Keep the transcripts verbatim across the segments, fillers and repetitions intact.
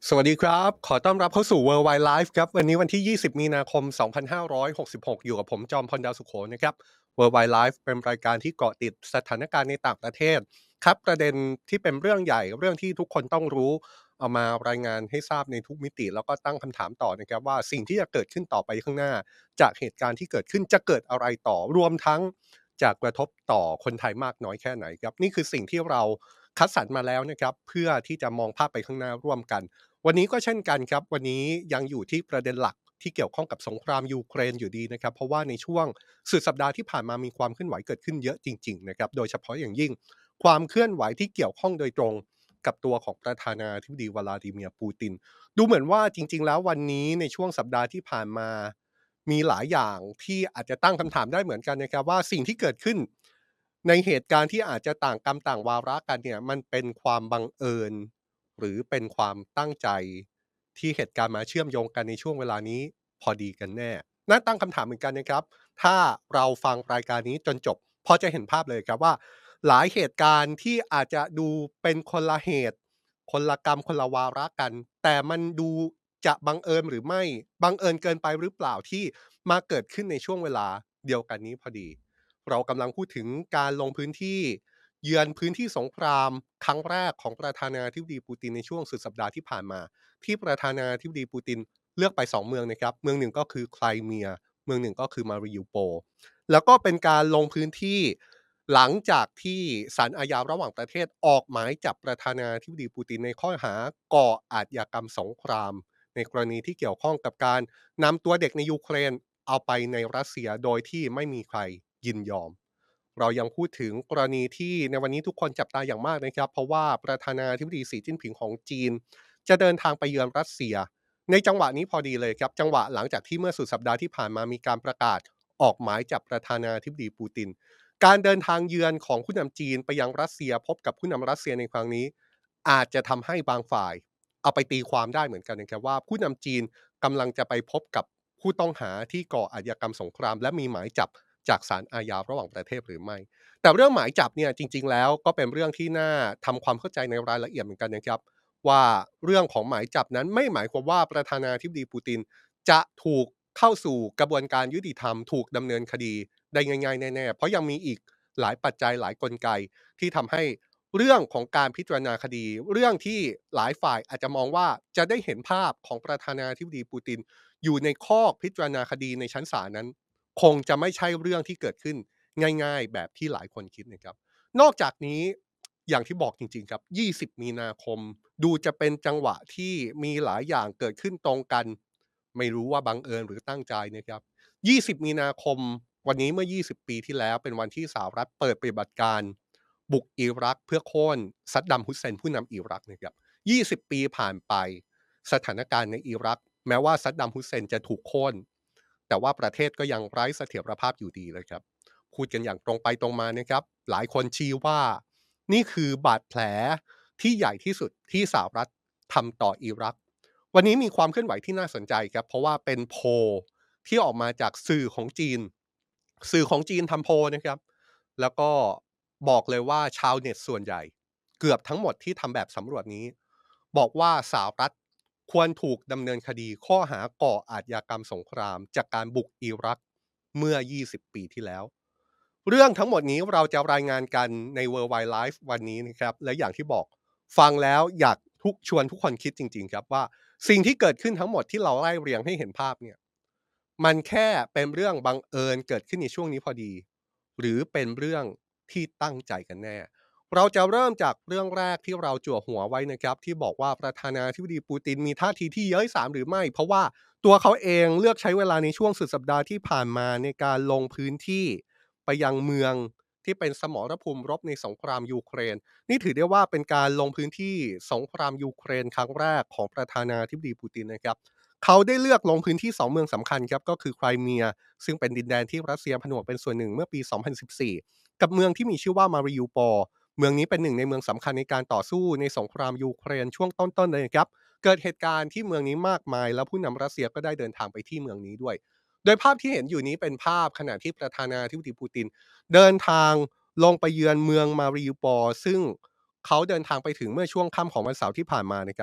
สวัสดีครับ ขอต้อนรับเข้าสู่ Worldwide Life ครับ วันนี้วันที่ ยี่สิบ มีนาคม สองพันห้าร้อยหกสิบหก อยู่กับผมจอมพลดาวสุโขนะครับ Worldwide Life เป็นรายการที่เกาะติดสถานการณ์ในต่างประเทศครับประเด็นที่เป็นเรื่องใหญ่เรื่องที่ทุกคนต้องรู้เอามารายงานให้ทราบในทุกมิติแล้วก็ตั้งคำถามต่อนะครับว่าสิ่งที่จะเกิดขึ้นต่อไปข้างหน้าจากเหตุการณ์ที่เกิดขึ้นจะเกิดอะไรต่อรวมทั้งจะกระทบต่อคนไทยมากน้อยแค่ไหนครับนี่คือสิ่งที่เราคัดสรรมาแล้วนะครับเพื่อที่จะมองภาพไปข้างหน้าร่วมกัน วันนี้ก็เช่นกันครับวันนี้ยังอยู่ที่ประเด็นหลักที่เกี่ยวข้องกับสงครามยูเครนอยู่ดีนะครับเพราะว่าในช่วงสุดสัปดาห์ที่ผ่านมามีความเคลื่อนไหวเกิดขึ้นเยอะจริงๆนะครับโดยเฉพาะอย่างยิ่งความเคลื่อนไหวที่เกี่ยวข้องโดยตรงกับตัวของประธานาธิบดีวลาดิเมียร์ปูตินดูเหมือนว่าจริงๆแล้ววันนี้ในช่วงสัปดาห์ที่ผ่านมามีหลายอย่างที่อาจจะตั้งคำถามได้เหมือนกันนะครับว่าสิ่งที่เกิดขึ้นในเหตุการณ์ที่อาจจะต่างกรรมต่างวาระกันเนี่ยมันเป็นความบังเอิญ หรือเป็นความตั้งใจที่เหตุการณ์มาเชื่อมโยงกันในช่วงเวลานี้พอดีกันแน่น่าตั้งคำถามเหมือนกันนะครับถ้าเราฟังรายการนี้จนจบพอจะเห็นภาพเลยครับว่าหลายเหตุการณ์ที่อาจจะดูเป็นคนละเหตุคนละกรรมคนละวาระกันแต่มันดูจะบังเอิญหรือไม่บังเอิญเกินไปหรือเปล่าที่มาเกิดขึ้นในช่วงเวลาเดียวกันนี้พอดีเรากำลังพูดถึงการลงพื้นที่ เยือนพื้นที่สงครามครั้งแรกของประธานาธิบดีปูตินในช่วงสุดสัปดาห์ที่ผ่านมาที่ประธานาธิบดีปูตินเลือกไปสองเมืองนะครับเมืองหนึ่งก็คือไครเมียเมืองหนึ่งก็คือมาริยูโปลแล้วก็เป็นการลงพื้นที่หลังจากที่ศาลอาญาระหว่างประเทศออกหมายจับประธานาธิบดีปูตินในข้อหาก่ออาชญากรรมสงครามในกรณีที่เกี่ยวข้องกับการนำตัวเด็กในยูเครนเอาไปในรัสเซียโดยที่ไม่มีใครยินยอม เรายังพูดถึงกรณีที่ในวันนี้ทุกคนจับตาอย่างมากนะครับเพราะว่าประธานาธิบดีสีจิ้นผิงของจีนจะเดินทางไปเยือนรัสเซียในจังหวะนี้พอดีเลยครับจังหวะหลังจากที่เมื่อสุดสัปดาห์ที่ผ่านมามีการประกาศออกหมายจับประธานาธิบดีปูตินการเดินทางเยือนของผู้นำจีนไปยังรัสเซียพบกับผู้นำรัสเซียในครั้งนี้อาจจะทำให้บางฝ่ายเอาไปตีความได้เหมือนกันนะครับว่าผู้นำจีนกำลังจะไปพบกับผู้ต้องหาที่ก่ออาชญากรรมสงครามและมีหมายจับจากศาลอาญาระหว่างประเทศหรือไม่ แต่เรื่องหมายจับเนี่ยจริงๆแล้วก็เป็นเรื่องที่น่าทำความเข้าใจในรายละเอียดเหมือนกันนะครับว่าเรื่องของหมายจับนั้นไม่หมายความว่าประธานาธิบดีปูตินจะถูกเข้าสู่กระบวนการยุติธรรมถูกดำเนินคดีได้ง่ายๆแน่ๆเพราะยังมีอีกหลายปัจจัยหลายกลไกที่ทำให้เรื่องของการพิจารณาคดีเรื่องที่หลายฝ่ายอาจจะมองว่าจะได้เห็นภาพของประธานาธิบดีปูตินอยู่ในข้อพิจารณาคดีในชั้นศาลนั้นคงจะไม่ใช่เรื่องที่เกิดขึ้น ง่ายๆแบบที่หลายคนคิดนะครับนอกจากนี้อย่างที่บอกจริงๆครับยี่สิบมีนาคมดูจะเป็นจังหวะที่มีหลายอย่างเกิดขึ้นตรงกันไม่รู้ว่าบังเอิญหรือตั้งใจนะครับยี่สิบมีนาคมวันนี้เมื่อยี่สิบปีที่แล้วเป็นวันที่สหรัฐเปิดปฏิบัติการบุกอิรักเพื่อโค่นซัดดัมฮุสเซนผู้นำอิรักนะครับยี่สิบปีผ่านไปสถานการณ์ในอิรักแม้ว่าซัดดัมฮุสเซนจะถูกโค่นแต่ว่าประเทศก็ยังไร้เสถียรภาพอยู่ดีเลยครับ พูดกันอย่างตรงไปตรงมานะครับหลายคนชี้ว่านี่คือบาดแผลที่ใหญ่ที่สุดที่สหรัฐทำต่ออิรักวันนี้มีความเคลื่อนไหวที่น่าสนใจครับเพราะว่าเป็นโพลที่ออกมาจากสื่อของจีนสื่อของจีนทำโพลนะครับแล้วก็บอกเลยว่าชาวเน็ตส่วนใหญ่เกือบทั้งหมดที่ทำแบบสำรวจนี้บอกว่าสหรัฐควรถูกดำเนินคดีข้อหาก่ออาชญากรรมสงครามจากการบุกอิรักเมื่อยี่สิบปีที่แล้ว เรื่องทั้งหมดนี้เราจะรายงานกันใน Worldwide Life วันนี้นะครับและอย่างที่บอกฟังแล้วอยากทุกชวนทุกคนคิดจริงๆครับว่าสิ่งที่เกิดขึ้นทั้งหมดที่เราไล่เรียงให้เห็นภาพเนี่ยมันแค่เป็นเรื่องบังเอิญเกิดขึ้นในช่วงนี้พอดีหรือเป็นเรื่องที่ตั้งใจกันแน่เราจะเริ่มจากเรื่องแรกที่เราจั่วหัวไว้นะครับที่บอกว่าประธานาธิบดีปูตินมีท่าทีที่เย้ยสามหรือไม่เพราะว่าตัวเขาเองเลือกใช้เวลาในช่วงสุดสัปดาห์ที่ผ่านมาในการลงพื้นที่ ไปยังเมืองที่เป็นสมรภูมิรบในสงครามยูเครนนี่ถือได้ว่าเป็นการลงพื้นที่สงครามยูเครนครั้งแรกของประธานาธิบดีปูตินนะครับเขาได้เลือกลงพื้นที่สองเมืองสำคัญครับก็คือไครเมียซึ่งเป็นดินแดนที่รัสเซียผนวกเป็นส่วนหนึ่งเมื่อปีสองพันสิบสี่กับเมืองที่มีชื่อว่ามาริยูปอลเมืองนี้เป็นหนึ่งในเมืองสำคัญในการต่อสู้ในสงครามยูเครนช่วงต้นๆเลยครับเกิดเหตุการณ์ที่เมืองนี้มากมายแล้วผู้นำรัสเซียก็ได้เดินทางไปที่เมืองนี้ด้วยโดยภาพที่เห็นอยู่นี้เป็นภาพขณะที่ประธานาธิบดีปูติน เดินทางลงไปเยือนเมืองมาริ u ปอ l ซึ่งเขาเดินทางไปถึงเมื่อช่วงค่ำของวันเสาร์ที่ผ่านมานะครับ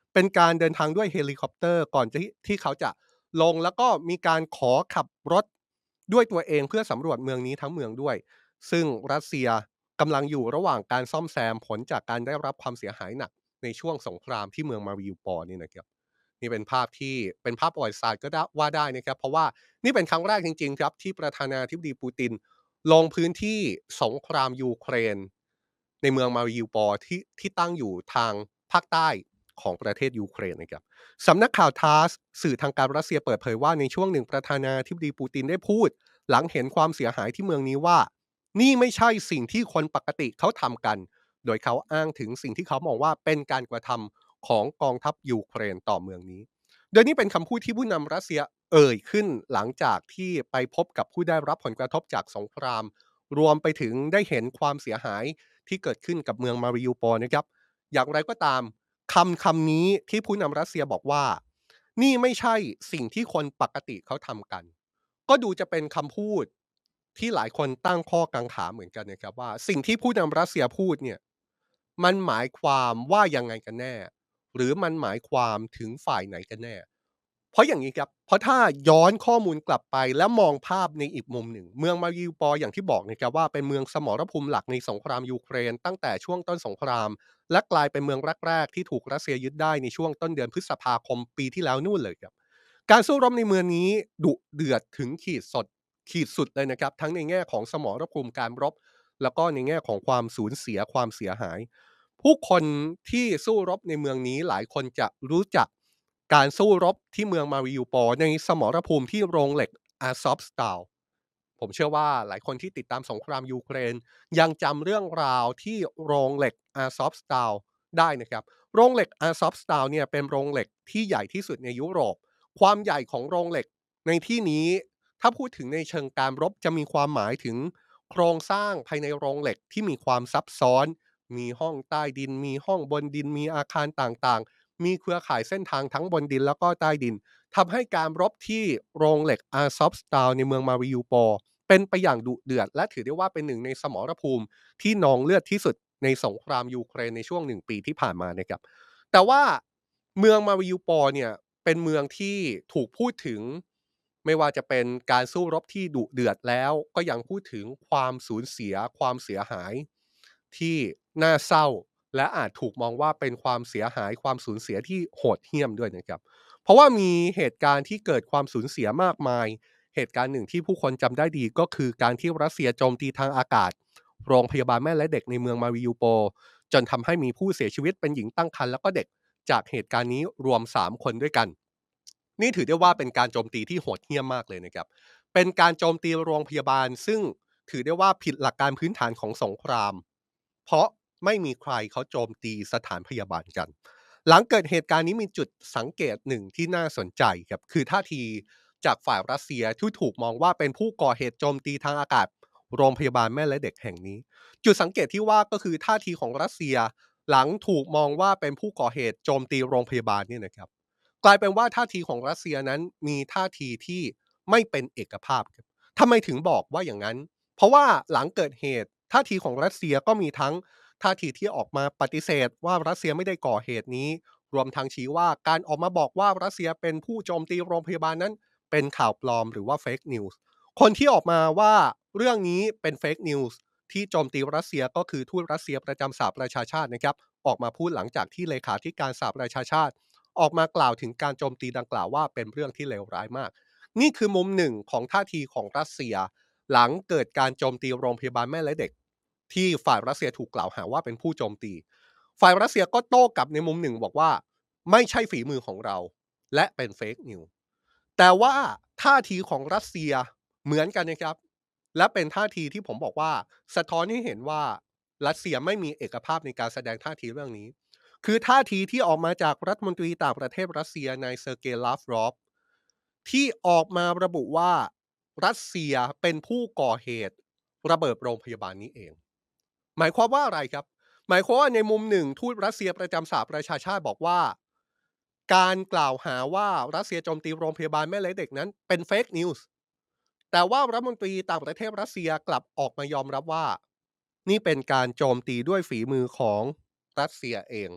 เป็นการเดินทางด้วยเฮลิคอปเตอร์ก่อนที่ที่เขาจะลงแล้วก็มีการขอขับรถด้วยตัวเองเพื่อสำรวจเมืองนี้ทั้งเมืองด้วยซึ่งรัสเซียกำลังอยู่ระหว่างการซ่อมแซมผลจากการได้รับความเสียหายหนักในช่วงสงครามที่เมืองมาริอูปอลนี่นะครับนี่เป็นภาพที่เป็นภาพประวัติศาสตร์ก็ได้ว่าได้นะครับเพราะว่านี่เป็นครั้งแรกจริงๆครับที่ประธานาธิบดีปูตินลงพื้นที่สงครามยูเครนในเมืองมาริอูปอลที่ที่ตั้งอยู่ทางภาคใต้ของประเทศยูเครนนะครับ สำนักข่าวทาสสื่อทางการรัสเซียเปิดเผยว่าในช่วงหนึ่งประธานาธิบดีปูตินได้พูดหลังเห็นความเสียหายที่เมืองนี้ว่านี่ไม่ใช่สิ่งที่คนปกติเขาทำกันโดยเขาอ้างถึงสิ่งที่เขามองว่าเป็นการกระทำของกองทัพยูเครนต่อเมืองนี้โดยนี้เป็นคำพูดที่ผู้นำรัสเซียเอ่ยขึ้นหลังจากที่ไปพบกับผู้ได้รับผลกระทบจากสงครามรวมไปถึงได้เห็นความเสียหายที่เกิดขึ้นกับเมืองมาริอูปอลนะครับ อย่างไรก็ตามคำคำนี้ที่ผู้นำรัสเซียบอกว่านี่ไม่ใช่สิ่งที่คนปกติเขาทำกันก็ดูจะเป็นคำพูดที่หลายคนตั้งข้อกังขาเหมือนกันนะครับว่าสิ่งที่ผู้นำรัสเซียพูดเนี่ยมันหมายความว่ายังไงกันแน่หรือมันหมายความถึงฝ่ายไหนกันแน่ เพราะอย่างนี้ครับเพราะถ้าย้อนข้อมูลกลับไปแล้วมองภาพในอีกมุมหนึ่งเมืองมาริอูปอลอย่างที่บอกนะครับว่าเป็นเมืองสมรภูมิหลักในสงครามยูเครนตั้งแต่ช่วงต้นสงครามและกลายเป็นเมืองแรกๆที่ถูกรัสเซียยึดได้ในช่วงต้นเดือนพฤษภาคมปีที่แล้วนู่นเลยครับการสู้รบในเมืองนี้ดุเดือดถึงขีดสดขีดสุดเลยนะครับทั้งในแง่ของสมรภูมิการรบแล้วก็ในแง่ของความสูญเสียความเสียหาย ผู้คนที่สู้รบในเมืองนี้หลายคนจะรู้จักการสู้รบที่เมืองมาริอูปอลในสมรภูมิที่โรงเหล็กอาซอฟสตาลผมเชื่อว่าหลายคนที่ติดตามสงครามยูเครนยังจำเรื่องราวที่โรงเหล็กอาซอฟสตาลได้นะครับโรงเหล็กอาซอฟสตาลเนี่ยเป็นโรงเหล็กที่ใหญ่ที่สุดในยุโรปความใหญ่ของโรงเหล็กในที่นี้ถ้าพูดถึงในเชิงการรบจะมีความหมายถึงโครงสร้างภายในโรงเหล็กที่มีความซับซ้อน มีห้องใต้ดิน มีห้องบนดิน มีอาคารต่างๆ มีเครือข่ายเส้นทางทั้งบนดินแล้วก็ใต้ดิน ทำให้การรบที่โรงเหล็กอาซอฟสตาลในเมืองมาริอูปอลเป็นไปอย่างดุเดือดและถือได้ว่าเป็นหนึ่งในสมรภูมิที่นองเลือดที่สุดในสงครามยูเครนในช่วงหนึ่งปีที่ผ่านมานะครับแต่ว่าเมืองมาริอูปอลเนี่ยเป็นเมืองที่ถูกพูดถึงไม่ว่าจะเป็นการสู้รบที่ดุเดือดแล้วก็ยังพูดถึงความสูญเสียความเสียหาย ที่น่าเศร้าและอาจถูกมองว่าเป็นความเสียหายความสูญเสียที่โหดเหี้ยมด้วยนะครับเพราะว่ามีเหตุการณ์ที่เกิดความสูญเสียมากมายเหตุการณ์หนึ่งที่ผู้คนจำได้ดีก็คือการที่รัสเซียโจมตีทางอากาศโรงพยาบาลแม่และเด็กในเมืองมาริอูโปลจนทำให้มีผู้เสียชีวิตเป็นหญิงตั้งครรภ์แล้วก็เด็กจากเหตุการณ์นี้รวมสามคนด้วยกันนี่ถือได้ว่าเป็นการโจมตีที่โหดเหี้ยมมากเลยนะครับเป็นการโจมตีโรงพยาบาลซึ่งถือได้ว่าผิดหลักการพื้นฐานของสงคราม เพราะไม่มีใครเขาโจมตีสถานพยาบาลกัน หลังเกิดเหตุการณ์นี้มีจุดสังเกตหนึ่งที่น่าสนใจครับคือท่าทีจากฝ่ายรัสเซียที่ถูกมองว่าเป็นผู้ก่อเหตุโจมตีทางอากาศโรงพยาบาลแม่และเด็กแห่งนี้จุดสังเกตที่ว่าก็คือท่าทีของรัสเซียหลังถูกมองว่าเป็นผู้ก่อเหตุโจมตีโรงพยาบาลเนี่ยนะครับกลายเป็นว่าท่าทีของรัสเซียนั้นมีท่าทีที่ไม่เป็นเอกภาพครับทำไมถึงบอกว่าอย่างนั้นเพราะว่าหลังเกิดเหตุท่าทีของรัสเซียก็มีทั้ง ท่าทีที่ออกมาปฏิเสธว่ารัสเซียไม่ได้ก่อเหตุนี้รวมทั้งชี้ว่าการออกมาบอกว่ารัสเซียเป็นผู้โจมตีโรงพยาบาลนั้นเป็นข่าวปลอมหรือว่า Fake News คนที่ออกมาว่าเรื่องนี้เป็น Fake News ที่โจมตีรัสเซียก็คือทูตรัสเซียประจำสหประชาชาตินะครับออกมาพูดหลังจากที่เลขาธิการสหประชาชาติออกมากล่าวถึงการโจมตีดังกล่าวว่าเป็นเรื่องที่เลวร้ายมากนี่คือมุมหนึ่งของท่าทีของรัสเซียหลังเกิดการโจมตีโรงพยาบาลแม่และเด็ก ที่ฝ่ายรัสเซียถูกกล่าวหาว่าเป็นผู้โจมตี ฝ่ายรัสเซียก็โต้กลับในมุมหนึ่งบอกว่าไม่ใช่ฝีมือของเราและเป็นเฟกนิวแต่ว่าท่าทีของรัสเซียเหมือนกันนะครับและเป็นท่าทีที่ผมบอกว่าสะท้อนให้เห็นว่ารัสเซียไม่มีเอกภาพในการแสดงท่าทีเรื่องนี้คือท่าทีที่ออกมาจากรัฐมนตรีต่างประเทศรัสเซียนายเซอร์เกย์ลาฟรอฟที่ออกมาระบุว่ารัสเซียเป็นผู้ก่อเหตุระเบิดโรงพยาบาลนี้เอง หมายความว่าอะไรครับหมายความว่าในมุมหนึ่งทูตรัสเซียประจำสหประชาชาติบอกว่าการกล่าวหาว่ารัสเซียโจมตีโรงพยาบาลแม่และเด็กนั้นเป็น Fake News แต่ว่ารัฐมนตรีต่างประเทศรัสเซียกลับออกมายอมรับว่านี่เป็นการโจมตีด้วยฝีมือของรัสเซียเอง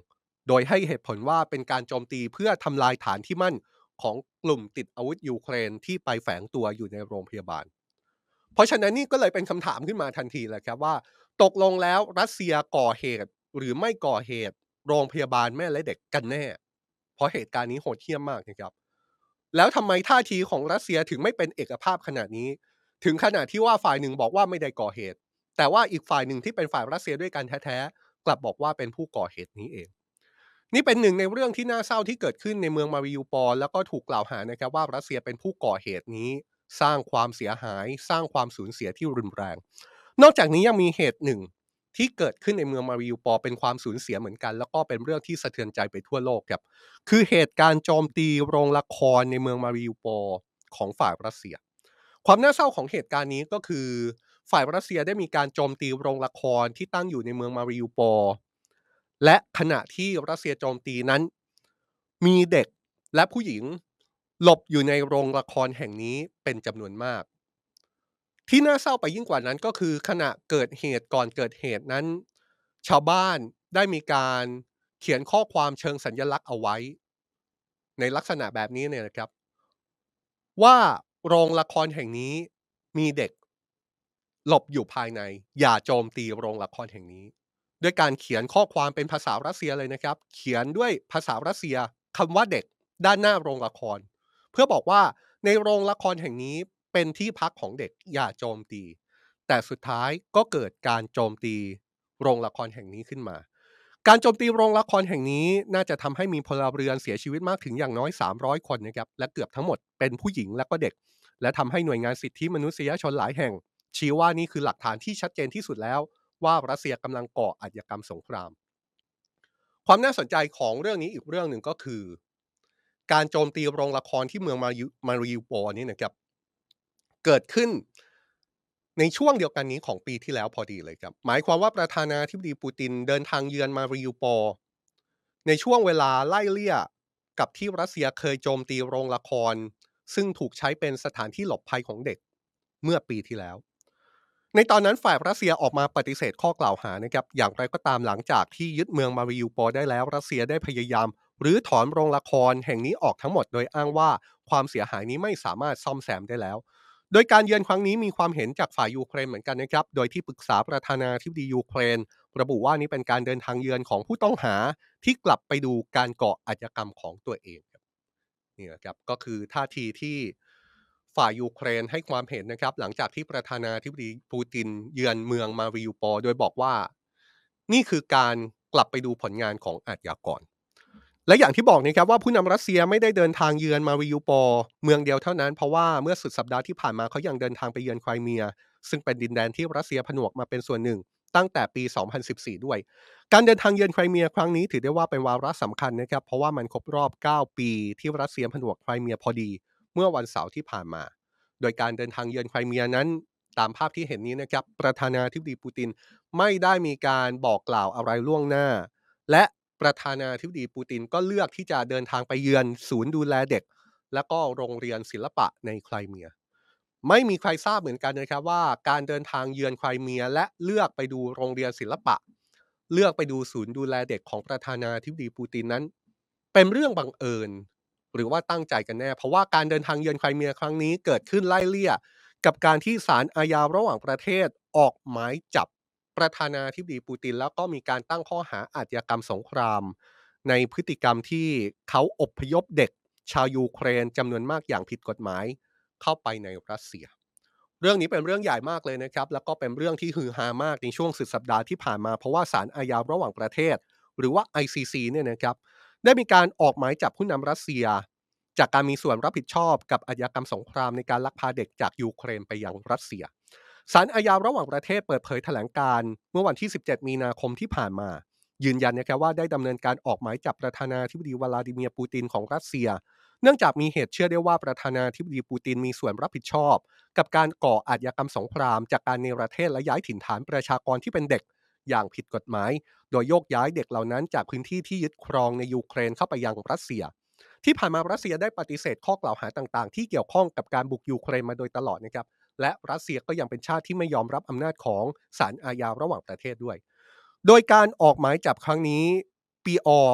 โดยให้เหตุผลว่าเป็นการโจมตีเพื่อทำลายฐานที่มั่นของกลุ่มติดอาวุธยูเครนที่ไปแฝงตัวอยู่ในโรงพยาบาลเพราะฉะนั้นนี่ก็เลยเป็นคำถามขึ้นมาทันทีเลยครับว่าตกลงแล้วรัสเซียก่อเหตุหรือไม่ก่อเหตุโรงพยาบาลแม่และเด็กกันแน่เพราะเหตุการณ์นี้โหดเหี้ยมมากนะครับแล้วทำไมท่าทีของรัสเซียถึงไม่เป็นเอกภาพขนาดนี้ถึงขนาดที่ว่าฝ่ายหนึ่งบอกว่าไม่ได้ก่อเหตุแต่ว่าอีกฝ่ายหนึ่งที่เป็นฝ่ายรัสเซียด้วยกันแท้ๆกลับบอกว่าเป็นผู้ก่อเหตุนี้เอง นี่เป็นหนึ่งในเรื่องที่น่าเศร้าที่เกิดขึ้นในเมืองมาริอูปอลแล้วก็ถูกกล่าวหานะครับว่ารัสเซียเป็นผู้ก่อเหตุนี้สร้างความเสียหายสร้างความสูญเสียที่รุนแรงนอกจากนี้ยังมีเหตุหนึ่งที่เกิดขึ้นในเมืองมาริอูปอลเป็นความสูญเสียเหมือนกันแล้วก็เป็นเรื่องที่สะเทือนใจไปทั่วโลกครับคือเหตุการณ์โจมตีโรงละครในเมืองมาริอูปอลของฝ่ายรัสเซียความน่าเศร้าของเหตุการณ์นี้ก็คือฝ่ายรัสเซียได้มีการโจมตีโรงละครที่ตั้งอยู่ในเมืองมาริอูปอล และขณะที่รัสเซียโจมตีนั้นมีเด็กและผู้หญิงหลบอยู่ในโรงละครแห่งนี้เป็นจำนวนมากที่น่าเศร้าไปยิ่งกว่านั้นก็คือขณะเกิดเหตุก่อนเกิดเหตุนั้นชาวบ้านได้มีการเขียนข้อความเชิงสัญลักษณ์เอาไว้ในลักษณะแบบนี้เนี่ยนะครับว่าโรงละครแห่งนี้มีเด็ก หลบอยู่ภายในอย่าโจมตีโรงละครแห่งนี้ด้วยการเขียนข้อความเป็นภาษารัสเซียเลยนะครับเขียนด้วยภาษารัสเซียคำว่าเด็กด้านหน้าโรงละครเพื่อบอกว่าในโรงละครแห่งนี้เป็นที่พักของเด็กอย่าโจมตีแต่สุดท้ายก็เกิดการโจมตีโรงละครแห่งนี้ขึ้นมาการโจมตีโรงละครแห่งนี้น่าจะทำให้มีพลเรือนเสียชีวิตมากถึงอย่างน้อยสามร้อยคนนะครับและเกือบทั้งหมดเป็นผู้หญิงและก็เด็กและทำให้หน่วยงานสิทธิมนุษยชนหลายแห่ง ชี้ว่านี่คือหลักฐานที่ชัดเจนที่สุดแล้วว่ารัสเซียกำลังก่ออาชญากรรมสงครามความน่าสนใจของเรื่องนี้อีกเรื่องหนึ่งก็คือการโจมตีโรงละครที่เมืองมาริมาริอูโปลนี่นะครับเกิดขึ้นในช่วงเดียวกันนี้ของปีที่แล้วพอดีเลยครับหมายความว่าประธานาธิบดีปูตินเดินทางเยือนมาริอูโปลในช่วงเวลาไล่เลี่ยกับที่รัสเซียเคยโจมตีโรงละครซึ่งถูกใช้เป็นสถานที่หลบภัยของเด็กเมื่อปีที่แล้ว ในตอนนั้นฝ่ายรัสเซียออกมาปฏิเสธข้อกล่าวหานะครับอย่างไรก็ตามหลังจากที่ยึดเมืองมาริอูโปลได้แล้วรัสเซียได้พยายามหรือถอนโรงละครแห่งนี้ออกทั้งหมดโดยอ้างว่าความเสียหายนี้ไม่สามารถซ่อมแซมได้แล้วโดยการเยือนครั้งนี้มีความเห็นจากฝ่ายยูเครนเหมือนกันนะครับโดยที่ปรึกษาประธานาธิบดียูเครนระบุว่านี้เป็นการเดินทางเยือนของผู้ต้องหาที่กลับไปดูการก่ออาชญากรรมของตัวเอง นี่นะครับก็คือท่าทีที่ฝ่ายยูเครนให้ความเห็นนะครับหลังจากที่ประธานาธิบดีปูตินเยือนเมืองมาริอูปอลโดยบอกว่านี่คือการกลับไปดูผลงานของอาชญากรและอย่างที่บอกนะครับว่าผู้นำรัสเซียไม่ได้เดินทางเยือนมาริอูปอลเมืองเดียวเท่านั้นเพราะว่าเมื่อสุดสัปดาห์ที่ผ่านมาเขายังเดินทางไปเยือนไครเมียซึ่งเป็นดินแดนที่รัสเซียผนวกมาเป็นส่วนหนึ่งตั้งแต่ปีสองพันสิบสี่ด้วย การเดินทางเยือนไครเมียครั้งนี้ถือได้ว่าเป็นวาระสำคัญนะครับเพราะว่ามันครบรอบเก้าปีที่รัสเซียผนวกไครเมียพอดีเมื่อวันเสาร์ที่ผ่านมาโดยการเดินทางเยือนไครเมียนั้นตามภาพที่เห็นนี้นะครับประธานาธิบดีปูตินไม่ได้มีการบอกกล่าวอะไรล่วงหน้าและประธานาธิบดีปูตินก็เลือกที่จะเดินทางไปเยือนศูนย์ดูแลเด็กและก็โรงเรียนศิลปะในไครเมียไม่มีใครทราบเหมือนกันนะครับว่าการเดินทางเยือนไครเมียและเลือกไปดูโรงเรียนศิลปะ เลือกไปดูศูนย์ดูแลเด็กของประธานาธิบดีปูตินนั้นเป็นเรื่องบังเอิญหรือว่าตั้งใจกันแน่เพราะว่าการเดินทางเยือนไครเมียครั้งนี้เกิดขึ้นไล่เลี่ยกับการที่ศาลอาญาระหว่างประเทศออกหมายจับประธานาธิบดีปูตินแล้วก็มีการตั้งข้อหาอาชญากรรมสงครามในพฤติกรรมที่เขาอพยพเด็กชาวยูเครนจำนวนมากอย่างผิดกฎหมายเข้าไปในรัสเซีย เรื่องนี้เป็นเรื่องใหญ่มากเลยนะครับแล้วก็เป็นเรื่องที่ฮือฮามากในช่วงสุดสัปดาห์ที่ผ่านมาเพราะว่าศาลอาญาระหว่างประเทศหรือว่า ไอ ซี ซี เนี่ยนะครับได้มีการออกหมายจับผู้นำรัสเซียจากการมีส่วนรับผิดชอบกับอาชญากรรมสงครามในการลักพาเด็กจากยูเครนไปยังรัสเซียศาลอาญาระหว่างประเทศเปิดเผยแถลงการณ์เมื่อวันที่สิบเจ็ดมีนาคมที่ผ่านมายืนยันนะครับว่าได้ดำเนินการออกหมายจับประธานาธิบดีวลาดิเมียร์ปูตินของรัสเซียเนื่องจากมีเหตุเชื่อได้ว่าประธานาธิบดีปูตินมีส่วนรับผิดชอบ กับการก่ออาชญากรรมสงครามจากการเนรเทศและย้ายถิ่นฐานประชากรที่เป็นเด็กอย่างผิดกฎหมายโดยโยกย้ายเด็กเหล่านั้นจากพื้นที่ที่ยึดครองในยูเครนเข้าไปยังรัสเซียที่ผ่านมารัสเซียได้ปฏิเสธข้อกล่าวหาต่างๆที่เกี่ยวข้องกับการบุกยูเครนมาโดยตลอดนะครับและรัสเซียก็ยังเป็นชาติที่ไม่ยอมรับอำนาจของศาลอาญาระหว่างประเทศด้วยโดยการออกหมายจับครั้งนี้ปีอ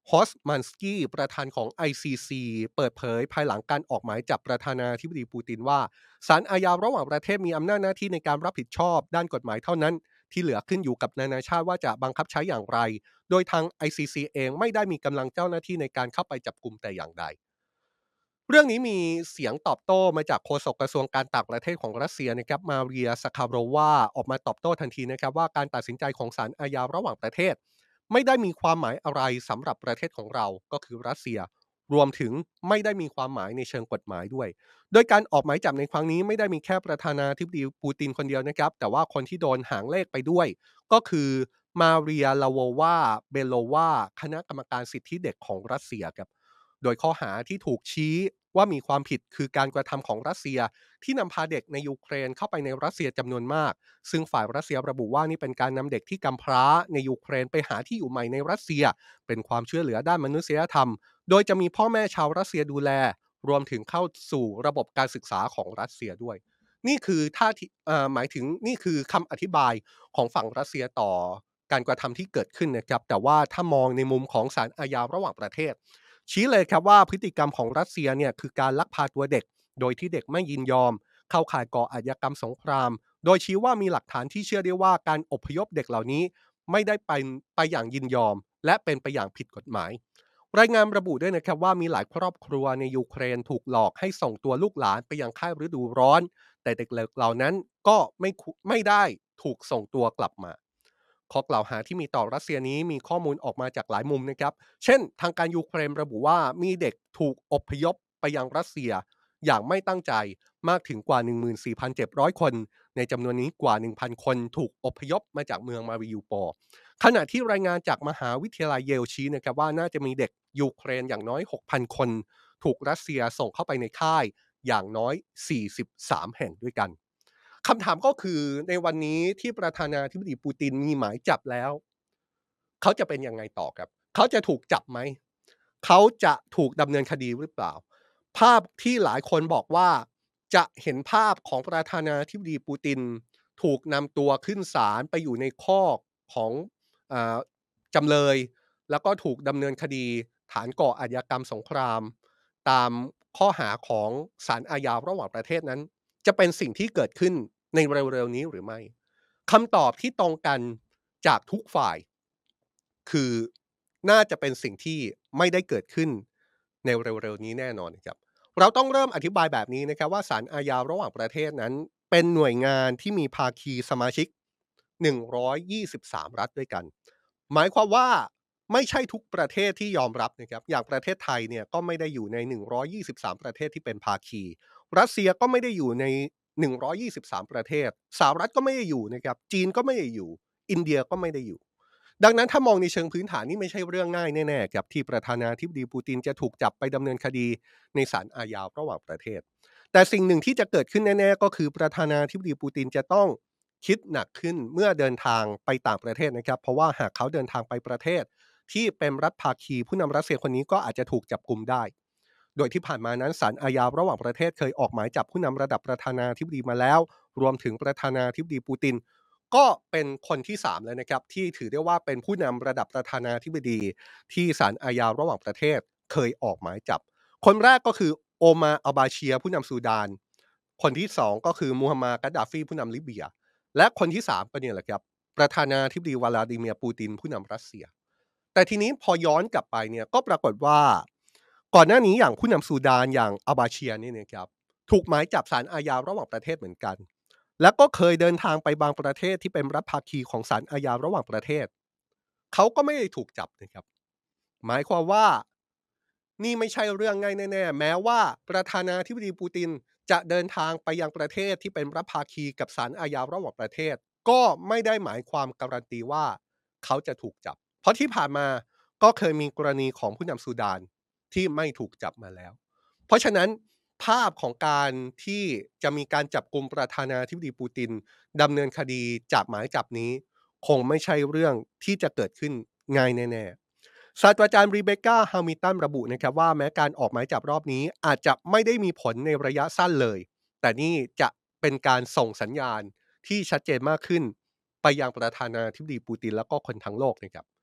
ฮอสมันสกี้ประธานของ ไอ ซี ซี เปิดเผยภายหลังการออกหมายจับประธานาธิบดีปูตินว่าศาลอาญาระหว่างประเทศมีอำนาจหน้าที่ในการรับผิดชอบด้านกฎหมายเท่านั้นที่เหลือขึ้นอยู่กับนานาชาติว่าจะบังคับใช้อย่างไรโดยทาง ไอ ซี ซี เองไม่ได้มีกำลังเจ้าหน้าที่ในการเข้าไปจับกลุ่มแต่อย่างใด เรื่องนี้มีเสียงตอบโต้มาจากโฆษกกระทรวงการต่างประเทศของรัสเซียนะครับมาเรียสคาโรวาออกมาตอบโต้ทันทีนะครับว่าการตัดสินใจของศาลอาญาระหว่างประเทศไม่ได้มีความหมายอะไรสำหรับประเทศของเราก็คือรัสเซียรวมถึงไม่ได้มีความหมายในเชิงกฎหมายด้วยโดยการออกหมายจับในครั้งนี้ไม่ได้มีแค่ประธานาธิบดีปูตินคนเดียวนะครับแต่ว่าคนที่โดนหางเลขไปด้วยก็คือมาเรียลาโววาเบโลวาคณะกรรมการสิทธิเด็กของรัสเซียครับ โดยข้อหาที่ถูกชี้ว่ามีความผิดคือการกระทำของรัสเซียที่นำพาเด็กในยูเครนเข้าไปในรัสเซียจำนวนมากซึ่งฝ่ายรัสเซียระบุว่านี่เป็นการนำเด็กที่กำพร้าในยูเครนไปหาที่อยู่ใหม่ในรัสเซียเป็นความช่วยเหลือด้านมนุษยธรรมโดยจะมีพ่อแม่ชาวรัสเซียดูแลรวมถึงเข้าสู่ระบบการศึกษาของรัสเซียด้วยนี่คือท่าทีหมายถึงนี่คือคำอธิบายของฝั่งรัสเซียต่อการกระทำที่เกิดขึ้นนะครับแต่ว่าถ้ามองในมุมของศาลอาญาระหว่างประเทศ ชี้เลยครับว่าพฤติกรรมของรัสเซียเนี่ยคือการลักพาตัวเด็กโดยที่เด็กไม่ยินยอมเข้าข่ายก่ออาชญากรรมสงครามโดยชี้ว่ามีหลักฐานที่เชื่อได้ว่าการอพยพเด็กเหล่านี้ไม่ได้ไปไปอย่างยินยอมและเป็นไปอย่างผิดกฎหมายรายงานระบุด้วยนะครับว่ามีหลายครอบครัวในยูเครนถูกหลอกให้ส่งตัวลูกหลานไปยังค่ายฤดูร้อนแต่เด็กเหล่านั้นก็ไม่ไม่ได้ถูกส่งตัวกลับมา ข้อกล่าวหาที่มีต่อรัสเซียนี้มีข้อมูลออกมาจากหลายมุมนะครับ เช่นทางการยูเครนระบุว่ามีเด็กถูกอพยพไปยังรัสเซียอย่างไม่ตั้งใจมากถึงกว่า หนึ่งหมื่นสี่พันเจ็ดร้อย คนในจำนวนนี้กว่า หนึ่งพัน คนถูกอพยพมาจากเมืองมาริอูปอลขณะที่รายงานจากมหาวิทยาลัยเยลชี้นะครับว่าน่าจะมีเด็กยูเครนอย่างน้อย หกพัน คนถูกรัสเซียส่งเข้าไปในค่ายอย่างน้อย สี่สิบสาม แห่งด้วยกัน คำถามก็คือในวันนี้ที่ประธานาธิบดีปูตินมีหมายจับแล้วเขาจะเป็นยังไงต่อครับเขาจะถูกจับไหมเขาจะถูกดำเนินคดีหรือเปล่าภาพที่หลายคนบอกว่าจะเห็นภาพของประธานาธิบดีปูตินถูกนำตัวขึ้นศาลไปอยู่ในคอกของอาจำเลยแล้วก็ถูกดำเนินคดีฐานก่ออาชญากรรมสงครามตามข้อหาของศาลอาญาระหว่างประเทศนั้น จะเป็นสิ่งที่เกิดขึ้นในเร็วๆนี้หรือไม่คำตอบที่ตรงกันจากทุกฝ่ายคือน่าจะเป็นสิ่งที่ไม่ได้เกิดขึ้นในเร็วๆนี้แน่นอนครับเราต้องเริ่มอธิบายแบบนี้นะครับว่าศาลอาญาระหว่างประเทศนั้นเป็นหน่วยงานที่มีภาคีสมาชิกหนึ่งร้อยยี่สิบสามรัฐด้วยกันหมายความว่าไม่ใช่ทุกประเทศที่ยอมรับนะครับอย่างประเทศไทยเนี่ยก็ไม่ได้อยู่ในหนึ่งร้อยยี่สิบสามประเทศที่เป็นภาคี รัสเซียก็ไม่ได้อยู่ในหนึ่งร้อยยี่สิบสามประเทศสหรัฐก็ไม่ได้อยู่นะครับจีนก็ไม่ได้อยู่อินเดียก็ไม่ได้อยู่ดังนั้นถ้ามองในเชิงพื้นฐานนี่ไม่ใช่เรื่องง่ายแน่ๆครับที่ประธานาธิบดีปูตินจะถูกจับไปดำเนินคดีในศาลอาญาระหว่างประเทศแต่สิ่งหนึ่งที่จะเกิดขึ้นแน่ๆก็คือประธานาธิบดีปูตินจะต้องคิดหนักขึ้นเมื่อเดินทางไปต่างประเทศนะครับเพราะว่าหากเขาเดินทางไปประเทศที่เป็นรัฐภาคีผู้นำรัสเซียคนนี้ก็อาจจะถูกจับกลุ่มได้ โดยที่ผ่านมานั้นศาลอาญาระหว่างประเทศเคยออกหมายจับผู้นำระดับประธานาธิบดีมาแล้วรวมถึงประธานาธิบดีปูตินก็เป็นคนที่สามแล้วนะครับที่ถือได้ว่าเป็นผู้นำระดับประธานาธิบดีที่ศาลอาญาระหว่างประเทศเคยออกหมายจับคนแรกก็คือโอมาอัลบาเชียผู้นำซูดานคนที่สองก็คือมูฮัมหมัดกัดดาฟีผู้นำลิเบียและคนที่สามก็เนี่ยแหละครับประธานาธิบดีวลาดิเมียร์ปูตินผู้นำรัสเซีย แต่ทีนี้พอย้อนกลับไปเนี่ยก็ปรากฏว่าก่อนหน้านี้อย่างผู้นำซูดานอย่างอาบาเชียนี่นะครับถูกหมายจับศาลอาญาระหว่างประเทศเหมือนกันแล้วก็เคยเดินทางไปบางประเทศที่เป็นรัฐภาคีของศาลอาญาระหว่างประเทศเขาก็ไม่ได้ถูกจับนะครับหมายความว่านี่ไม่ใช่เรื่องง่ายแน่ๆแม้ว่าประธานาธิบดีปูตินจะเดินทางไปยังประเทศที่เป็นรัฐภาคีกับศาลอาญาระหว่างประเทศก็ไม่ได้หมายความการันตีว่าเขาจะถูกจับ เพราะที่ผ่านมาก็เคยมีกรณีของผู้นำซูดานที่ไม่ถูกจับมาแล้ว เพราะฉะนั้นภาพของการที่จะมีการจับกลุ่มประธานาธิบดีปูตินดำเนินคดีจากหมายจับนี้คงไม่ใช่เรื่องที่จะเกิดขึ้นง่ายแน่ๆศาสตราจารย์รีเบคก้าฮามิลตันระบุนะครับว่าแม้การออกหมายจับรอบนี้อาจจะไม่ได้มีผลในระยะสั้นเลย แต่นี่จะเป็นการส่งสัญญาณที่ชัดเจนมากขึ้นไปยังประธานาธิบดีปูตินแล้วก็คนทั้งโลกนะครับ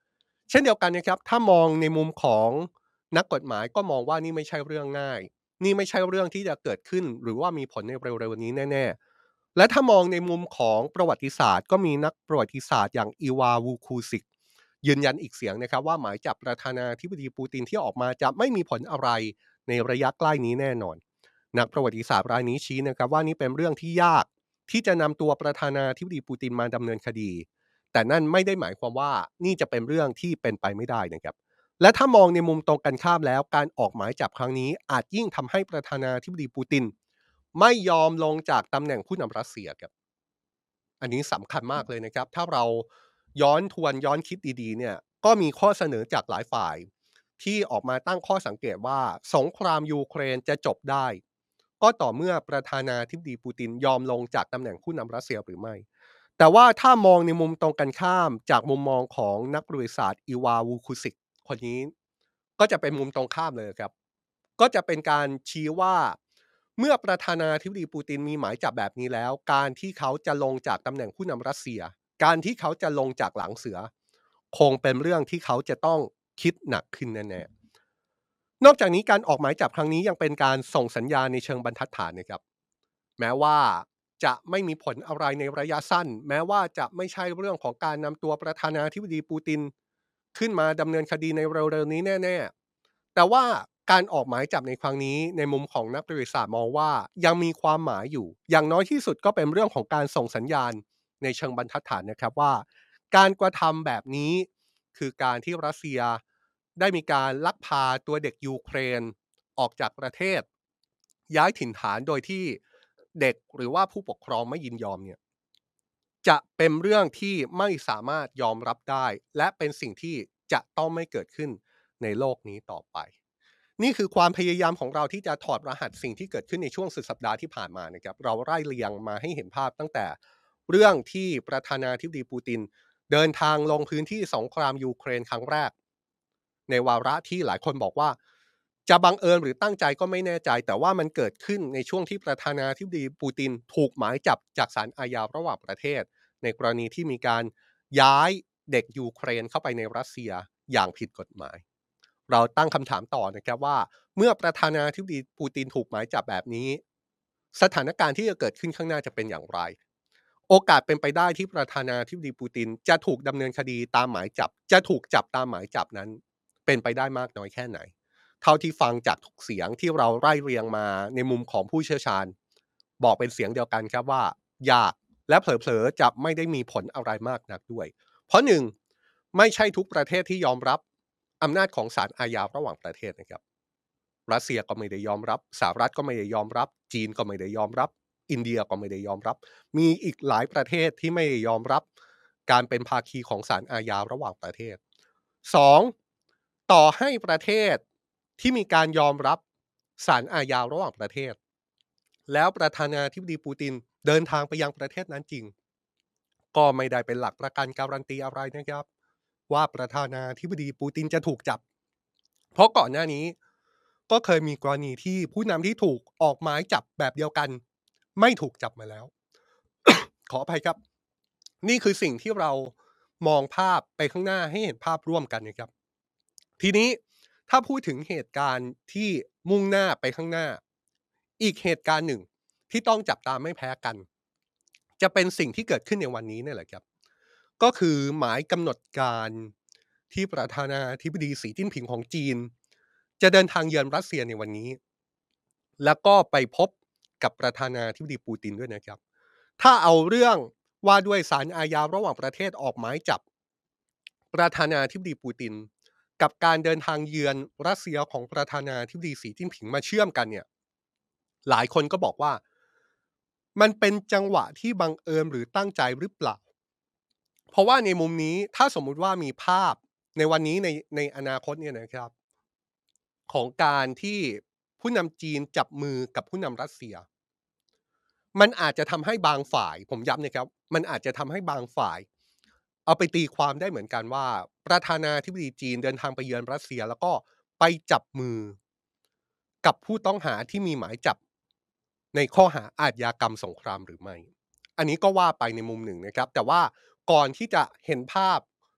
เช่นเดียวกันนะครับถ้ามองในมุมของนักกฎหมายก็มองว่านี่ไม่ใช่เรื่องง่ายนี่ไม่ใช่เรื่องที่จะเกิดขึ้นหรือว่ามีผลในเร็วๆนี้แน่ๆและถ้ามองในมุมของประวัติศาสตร์ก็มีนักประวัติศาสตร์อย่างอีวาวูคูซิกยืนยันอีกเสียงนะครับว่าหมายจับประธานาธิบดีปูตินที่ออกมาจะไม่มีผลอะไรในระยะใกล้นี้แน่นอนนักประวัติศาสตร์รายนี้ชี้นะครับว่านี่เป็นเรื่องที่ยากที่จะนำตัวประธานาธิบดีปูตินมาดำเนินคดี แต่นั่นไม่ได้หมายความว่านี่จะเป็นเรื่องที่เป็นไปไม่ได้นะครับและถ้ามองในมุมตรงกันข้ามแล้วการออกหมายจับครั้งนี้อาจยิ่งทำให้ประธานาธิบดีปูตินไม่ยอมลงจากตำแหน่งผู้นำรัสเซียครับอันนี้สำคัญมากเลยนะครับถ้าเราย้อนทวนย้อนคิดดีๆเนี่ยก็มีข้อเสนอจากหลายฝ่ายที่ออกมาตั้งข้อสังเกตว่าสงครามยูเครนจะจบได้ก็ต่อเมื่อประธานาธิบดีปูตินยอมลงจากตำแหน่งผู้นำรัสเซียหรือไม่ แต่ว่าถ้ามองในมุมตรงกันข้ามจากมุมมองของนักบริษัทอีวาวูคุสิกคนนี้ก็จะเป็นมุมตรงข้ามเลยครับก็จะเป็นการชี้ว่าเมื่อประธานาธิบดีปูตินมีหมายจับแบบนี้แล้วการที่เขาจะลงจากตำแหน่งผู้นำรัสเซียการที่เขาจะลงจากหลังเสือคงเป็นเรื่องที่เขาจะต้องคิดหนักขึ้นแน่ๆนอกจากนี้การออกหมายจับครั้งนี้ยังเป็นการส่งสัญญาณในเชิงบรรทัดฐานนะครับ แม้ว่าจะไม่มีผลอะไรในระยะสั้นแม้ว่าจะไม่ใช่เรื่องของการนำตัวประธานาธิบดีปูตินขึ้นมาดำเนินคดีในเร็วๆนี้แน่ๆแต่ว่าการออกหมายจับในครั้งนี้ในมุมของนักประวัติศาสตร์มองว่ายังมีความหมายอยู่อย่างน้อยที่สุดก็เป็นเรื่องของการส่งสัญญาณในเชิงบรรทัดฐานนะครับว่าการกระทำแบบนี้คือการที่รัสเซียได้มีการลักพาตัวเด็กยูเครนออกจากประเทศย้ายถิ่นฐานโดยที่ เด็กหรือว่าผู้ปกครองไม่ยินยอมเนี่ยจะเป็นเรื่องที่ไม่สามารถยอมรับได้และเป็นสิ่งที่จะต้องไม่เกิดขึ้นในโลกนี้ต่อไปนี่คือความพยายามของเราที่จะถอดรหัสสิ่งที่เกิดขึ้นในช่วงสุดสัปดาห์ที่ผ่านมานะครับเราไล่เรียงมาให้เห็นภาพตั้งแต่เรื่องที่ประธานาธิบดีปูตินเดินทางลงพื้นที่สงครามยูเครนครั้งแรก ในวาระที่หลายคนบอกว่าจะบังเอิญหรือตั้งใจก็ไม่แน่ใจแต่ว่ามันเกิดขึ้นในช่วงที่ประธานาธิบดีปูตินถูกหมายจับจากศาลอาญาระหว่างประเทศในกรณีที่มีการย้ายเด็กยูเครนเข้าไปในรัสเซียอย่างผิดกฎหมายเราตั้งคำถามต่อนะครับว่าเมื่อประธานาธิบดีปูตินถูกหมายจับแบบนี้สถานการณ์ที่จะเกิดขึ้นข้างหน้าจะเป็นอย่างไรโอกาสเป็นไปได้ที่ประธานาธิบดีปูตินจะถูกดำเนินคดีตามหมายจับจะถูกจับตามหมายจับนั้น เป็นไปได้มากน้อยแค่ไหน เท่าที่ฟังจากทุกเสียงที่เราไล่เรียงมาในมุมของผู้เชี่ยวชาญบอกเป็นเสียงเดียวกันครับว่ายากและเผลอๆจะไม่ได้มีผลอะไรมากนักด้วย เพราะหนึ่งไม่ใช่ทุกประเทศที่ยอมรับอำนาจของศาลอาญาระหว่างประเทศนะครับรัสเซียก็ไม่ได้ยอมรับสหรัฐก็ไม่ได้ยอมรับจีนก็ไม่ได้ยอมรับอินเดียก็ไม่ได้ยอมรับมีอีกหลายประเทศที่ไม่ได้ยอมรับการเป็นภาคีของศาลอาญาระหว่างประเทศ สองต่อให้ประเทศที่มีการยอมรับศาลอาญาระหว่างประเทศแล้วประธานาธิบดีปูตินเดินทางไปยังประเทศนั้นจริงก็ไม่ได้เป็นหลักประกันการันตีอะไรนะครับว่าประธานาธิบดีปูตินจะถูกจับเพราะก่อนหน้านี้ก็เคยมีกรณีที่ผู้นำที่ถูกออกหมายจับแบบเดียวกันไม่ถูกจับมาแล้ว ขออภัยครับนี่คือสิ่งที่เรามองภาพไปข้างหน้าให้เห็นภาพร่วมกันนะครับทีนี้ถ้าพูดถึงเหตุการณ์ที่มุ่งหน้าไปข้างหน้าอีกเหตุการณ์หนึ่งที่ต้องจับตามไม่แพ้กันจะเป็นสิ่งที่เกิดขึ้นในวันนี้เนี่ยแหละครับก็คือหมายกำหนดการที่ประธานาธิบดีสีจิ้นผิงของจีนจะเดินทางเยือนรัสเซียในวันนี้แล้วก็ไปพบกับประธานาธิบดีปูตินด้วยนะครับ ถ้าเอาเรื่องว่าด้วยสารอาญาระหว่างประเทศออกหมายจับประธานาธิบดีปูตินกับการเดินทางเยือนรัสเซียของประธานาธิบดีสีจิ้นผิงมาเชื่อมกันเนี่ยหลายคนก็บอกว่ามันเป็นจังหวะที่บังเอิญหรือตั้งใจหรือเปล่าเพราะว่าในมุมนี้ถ้าสมมุติว่ามีภาพในวันนี้ในในอนาคตเนี่ยนะครับของการที่ผู้นำจีนจับมือกับผู้นำรัสเซีย มันอาจจะทำให้บางฝ่ายผมย้ำนะครับมันอาจจะทำให้บางฝ่ายเอาไปตีความได้เหมือนกันว่าประธานาธิบดีจีนเดินทางไปเยือนรัสเซียแล้วก็ไปจับมือกับผู้ต้องหาที่มีหมายจับในข้อหาอาชญากรรมสงครามหรือไม่อันนี้ก็ว่าไปในมุมหนึ่งนะครับแต่ว่าก่อนที่จะเห็นภาพ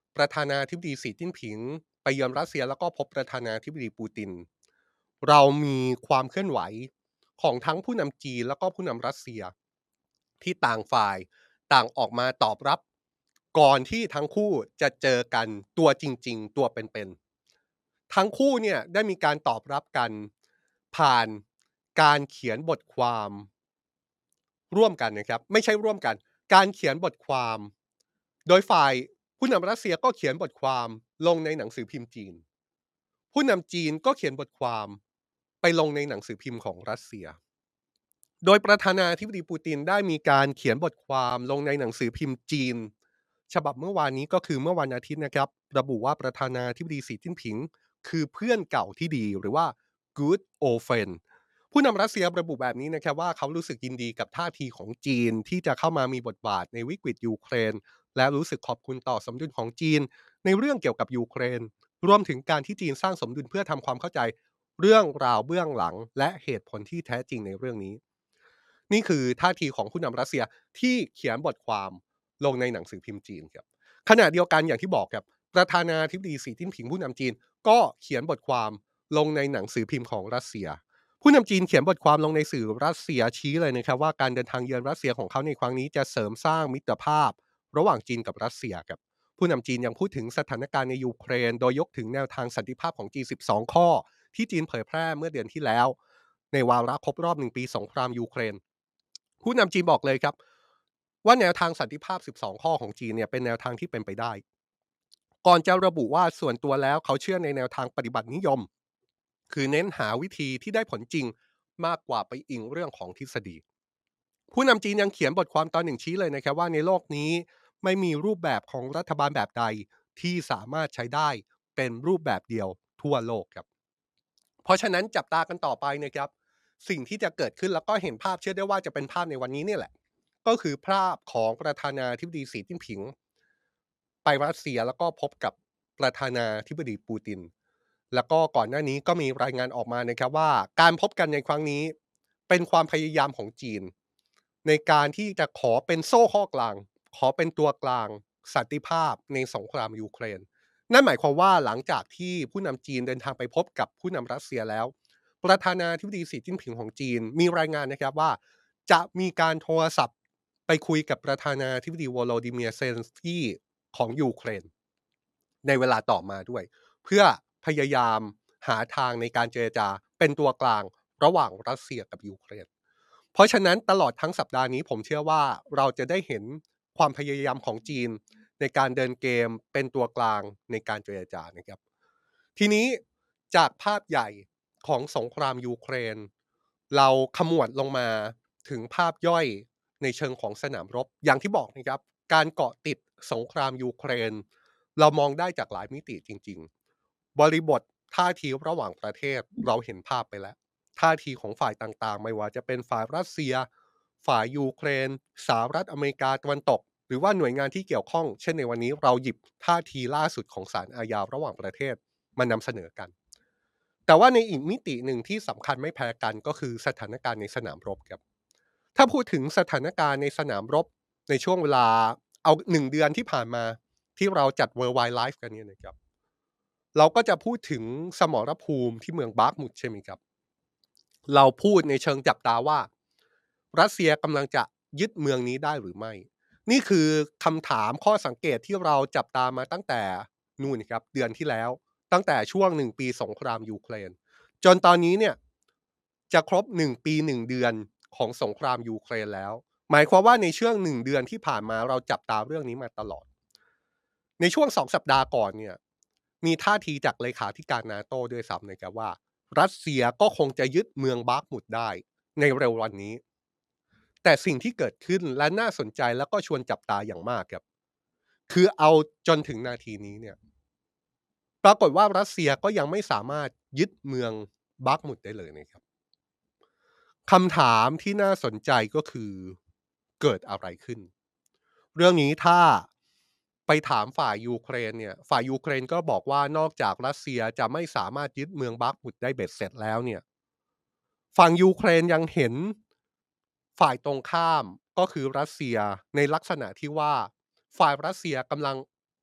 ประธานาธิบดีสีจิ้นผิงไปเยือนรัสเซียแล้วก็พบประธานาธิบดีปูตินเรามีความเคลื่อนไหวของทั้งผู้นำจีนแล้วก็ผู้นำรัสเซียที่ต่างฝ่ายต่างออกมาตอบรับก่อนที่ทั้งคู่จะเจอกันตัวจริงๆตัวเป็นๆทั้งคู่เนี่ยได้มีการตอบรับกันผ่านการเขียนบทความร่วมกันนะครับไม่ใช่ร่วมกันการเขียนบทความโดยฝ่ายผู้นำรัสเซียก็เขียนบทความลงในหนังสือพิมพ์จีนผู้นำจีนก็เขียนบทความไปลงในหนังสือพิมพ์ของรัสเซีย โดยประธานาธิบดีปูตินได้มีการเขียนบทความลงในหนังสือพิมพ์จีนฉบับเมื่อวานนี้ก็คือเมื่อวันอาทิตย์นะครับระบุว่าประธานาธิบดีสีจิ้นผิงคือเพื่อนเก่าที่ดีหรือว่า good old friend ผู้นำรัสเซียระบุแบบนี้นะครับว่าเขารู้สึกยินดีกับท่าทีของจีนที่จะเข้ามามีบทบาทในวิกฤตยูเครนและรู้สึกขอบคุณต่อสมดุลของจีนในเรื่องเกี่ยวกับยูเครนรวมถึงการที่จีนสร้างสมดุลเพื่อทำความเข้าใจเรื่องราวเบื้องหลังและเหตุผลที่แท้จริงในเรื่องนี้ นี่คือท่าทีของผู้นำรัสเซียที่เขียนบทความลงในหนังสือพิมพ์จีนครับขณะเดียวกันอย่างที่บอกครับประธานาธิบดีสีจิ้นผิงผู้นำจีนก็เขียนบทความลงในหนังสือพิมพ์ของรัสเซียผู้นำจีนเขียนบทความลงในสื่อรัสเซียชี้เลยนะครับว่าการเดินทางเยือนรัสเซียของเขาในครั้งนี้จะเสริมสร้างมิตรภาพระหว่างจีนกับรัสเซียครับผู้นำจีนยังพูดถึงสถานการณ์ในยูเครนโดยยกถึงแนวทางสันติภาพของ จี สิบสอง ข้อที่จีนเผยแพร่เมื่อเดือนที่แล้วในวาระครบรอบหนึ่งปีสงครามยูเครน ผู้นำจีนบอกเลยครับว่าแนวทางสันติภาพสิบสองข้อของจีนเนี่ยเป็นแนวทางที่เป็นไปได้ก่อนจะระบุว่าส่วนตัวแล้วเขาเชื่อในแนวทางปฏิบัตินิยมคือเน้นหาวิธีที่ได้ผลจริงมากกว่าไปอิงเรื่องของทฤษฎีผู้นำจีนยังเขียนบทความตอนหนึ่งชี้เลยนะครับว่าในโลกนี้ไม่มีรูปแบบของรัฐบาลแบบใดที่สามารถใช้ได้เป็นรูปแบบเดียวทั่วโลกครับ เพราะฉะนั้นจับตากันต่อไปนะครับสิ่งที่จะเกิดขึ้นแล้วก็เห็นภาพเชื่อได้ว่าจะเป็นภาพในวันนี้เนี่ยแหละก็คือภาพของประธานาธิบดีสีจิ้นผิงไปรัสเซียแล้วก็พบกับประธานาธิบดีปูตินแล้วก็ก่อนหน้านี้ก็มีรายงานออกมานะครับว่าการพบกันในครั้งนี้เป็นความพยายามของจีนในการที่จะขอเป็นโซ่ข้อกลางขอเป็นตัวกลางสันติภาพในสงครามยูเครน นั่นหมายความว่าหลังจากที่ผู้นำจีนเดินทางไปพบกับผู้นำรัสเซียแล้วประธานาธิบดีสีจิ้นผิงของจีนมีรายงานนะครับว่าจะมีการโทรศัพท์ไปคุยกับประธานาธิบดีวโลดิเมียร์เซเลนสกี้ของยูเครนในเวลาต่อมาด้วยเพื่อพยายามหาทางในการเจรจาเป็นตัวกลางระหว่างรัสเซียกับยูเครนเพราะฉะนั้นตลอดทั้งสัปดาห์นี้ผมเชื่อว่าเราจะได้เห็นความพยายามของจีน ในการเดินเกมเป็นตัวกลางในการเจรจานะครับทีนี้จากภาพใหญ่ของสงครามยูเครนเราขมวดลงมาถึงภาพย่อยในเชิงของสนามรบอย่างที่บอกนะครับการเกาะติดสงครามยูเครนเรามองได้จากหลายมิติจริงๆบริบทท่าทีระหว่างประเทศเราเห็นภาพไปแล้วท่าทีของฝ่ายต่างๆไม่ว่าจะเป็นฝ่ายรัสเซียฝ่ายยูเครนสหรัฐอเมริกาตะวันตก หรือว่าหน่วยงานที่เกี่ยวข้องเช่นในวันนี้เราหยิบท่าทีล่าสุดของศาลอาญาระหว่างประเทศมานำเสนอกันแต่ว่าในอีกมิติหนึ่งที่สำคัญไม่แพ้กันก็คือสถานการณ์ในสนามรบครับถ้าพูดถึงสถานการณ์ในสนามรบในช่วงเวลาเอาหนึ่งเดือนที่ผ่านมาที่เราจัด World Wide Live กันเนี่ยนะครับเราก็จะพูดถึงสมรภูมิที่เมืองบาร์กมุดใช่ไหมครับเราพูดในเชิงจับตาว่ารัสเซียกำลังจะยึดเมืองนี้ได้หรือไม่ นี่คือคำถามข้อสังเกตที่เราจับตามาตั้งแต่นู่นครับเดือนที่แล้วตั้งแต่ช่วงหนึ่งปีสงครามยูเครนจนตอนนี้เนี่ยจะครบหนึ่งปีหนึ่งเดือนของสงครามยูเครนแล้วหมายความว่าในช่วงหนึ่งเดือนที่ผ่านมาเราจับตาเรื่องนี้มาตลอดในช่วงสองสัปดาห์ก่อนเนี่ยมีท่าทีจากเลขาธิการนาโต้ด้วยซ้ำนะครับว่ารัสเซียก็คงจะยึดเมืองบาร์กมุดได้ในเร็ววันนี้ แต่สิ่งที่เกิดขึ้นและน่าสนใจแล้วก็ชวนจับตาอย่างมากครับคือเอาจนถึงนาทีนี้เนี่ยปรากฏว่ารัสเซียก็ยังไม่สามารถยึดเมืองบักมุดได้เลยนะครับคำถามที่น่าสนใจก็คือเกิดอะไรขึ้นเรื่องนี้ถ้าไปถามฝ่ายยูเครนเนี่ยฝ่ายยูเครนก็บอกว่านอกจากรัสเซียจะไม่สามารถยึดเมืองบักมุดได้เบ็ดเสร็จแล้วเนี่ย ฝั่งยูเครนยังเห็นฝ่ายตรงข้ามก็คือรัสเซียในลักษณะที่ว่าฝ่ายรัสเซียกำลัง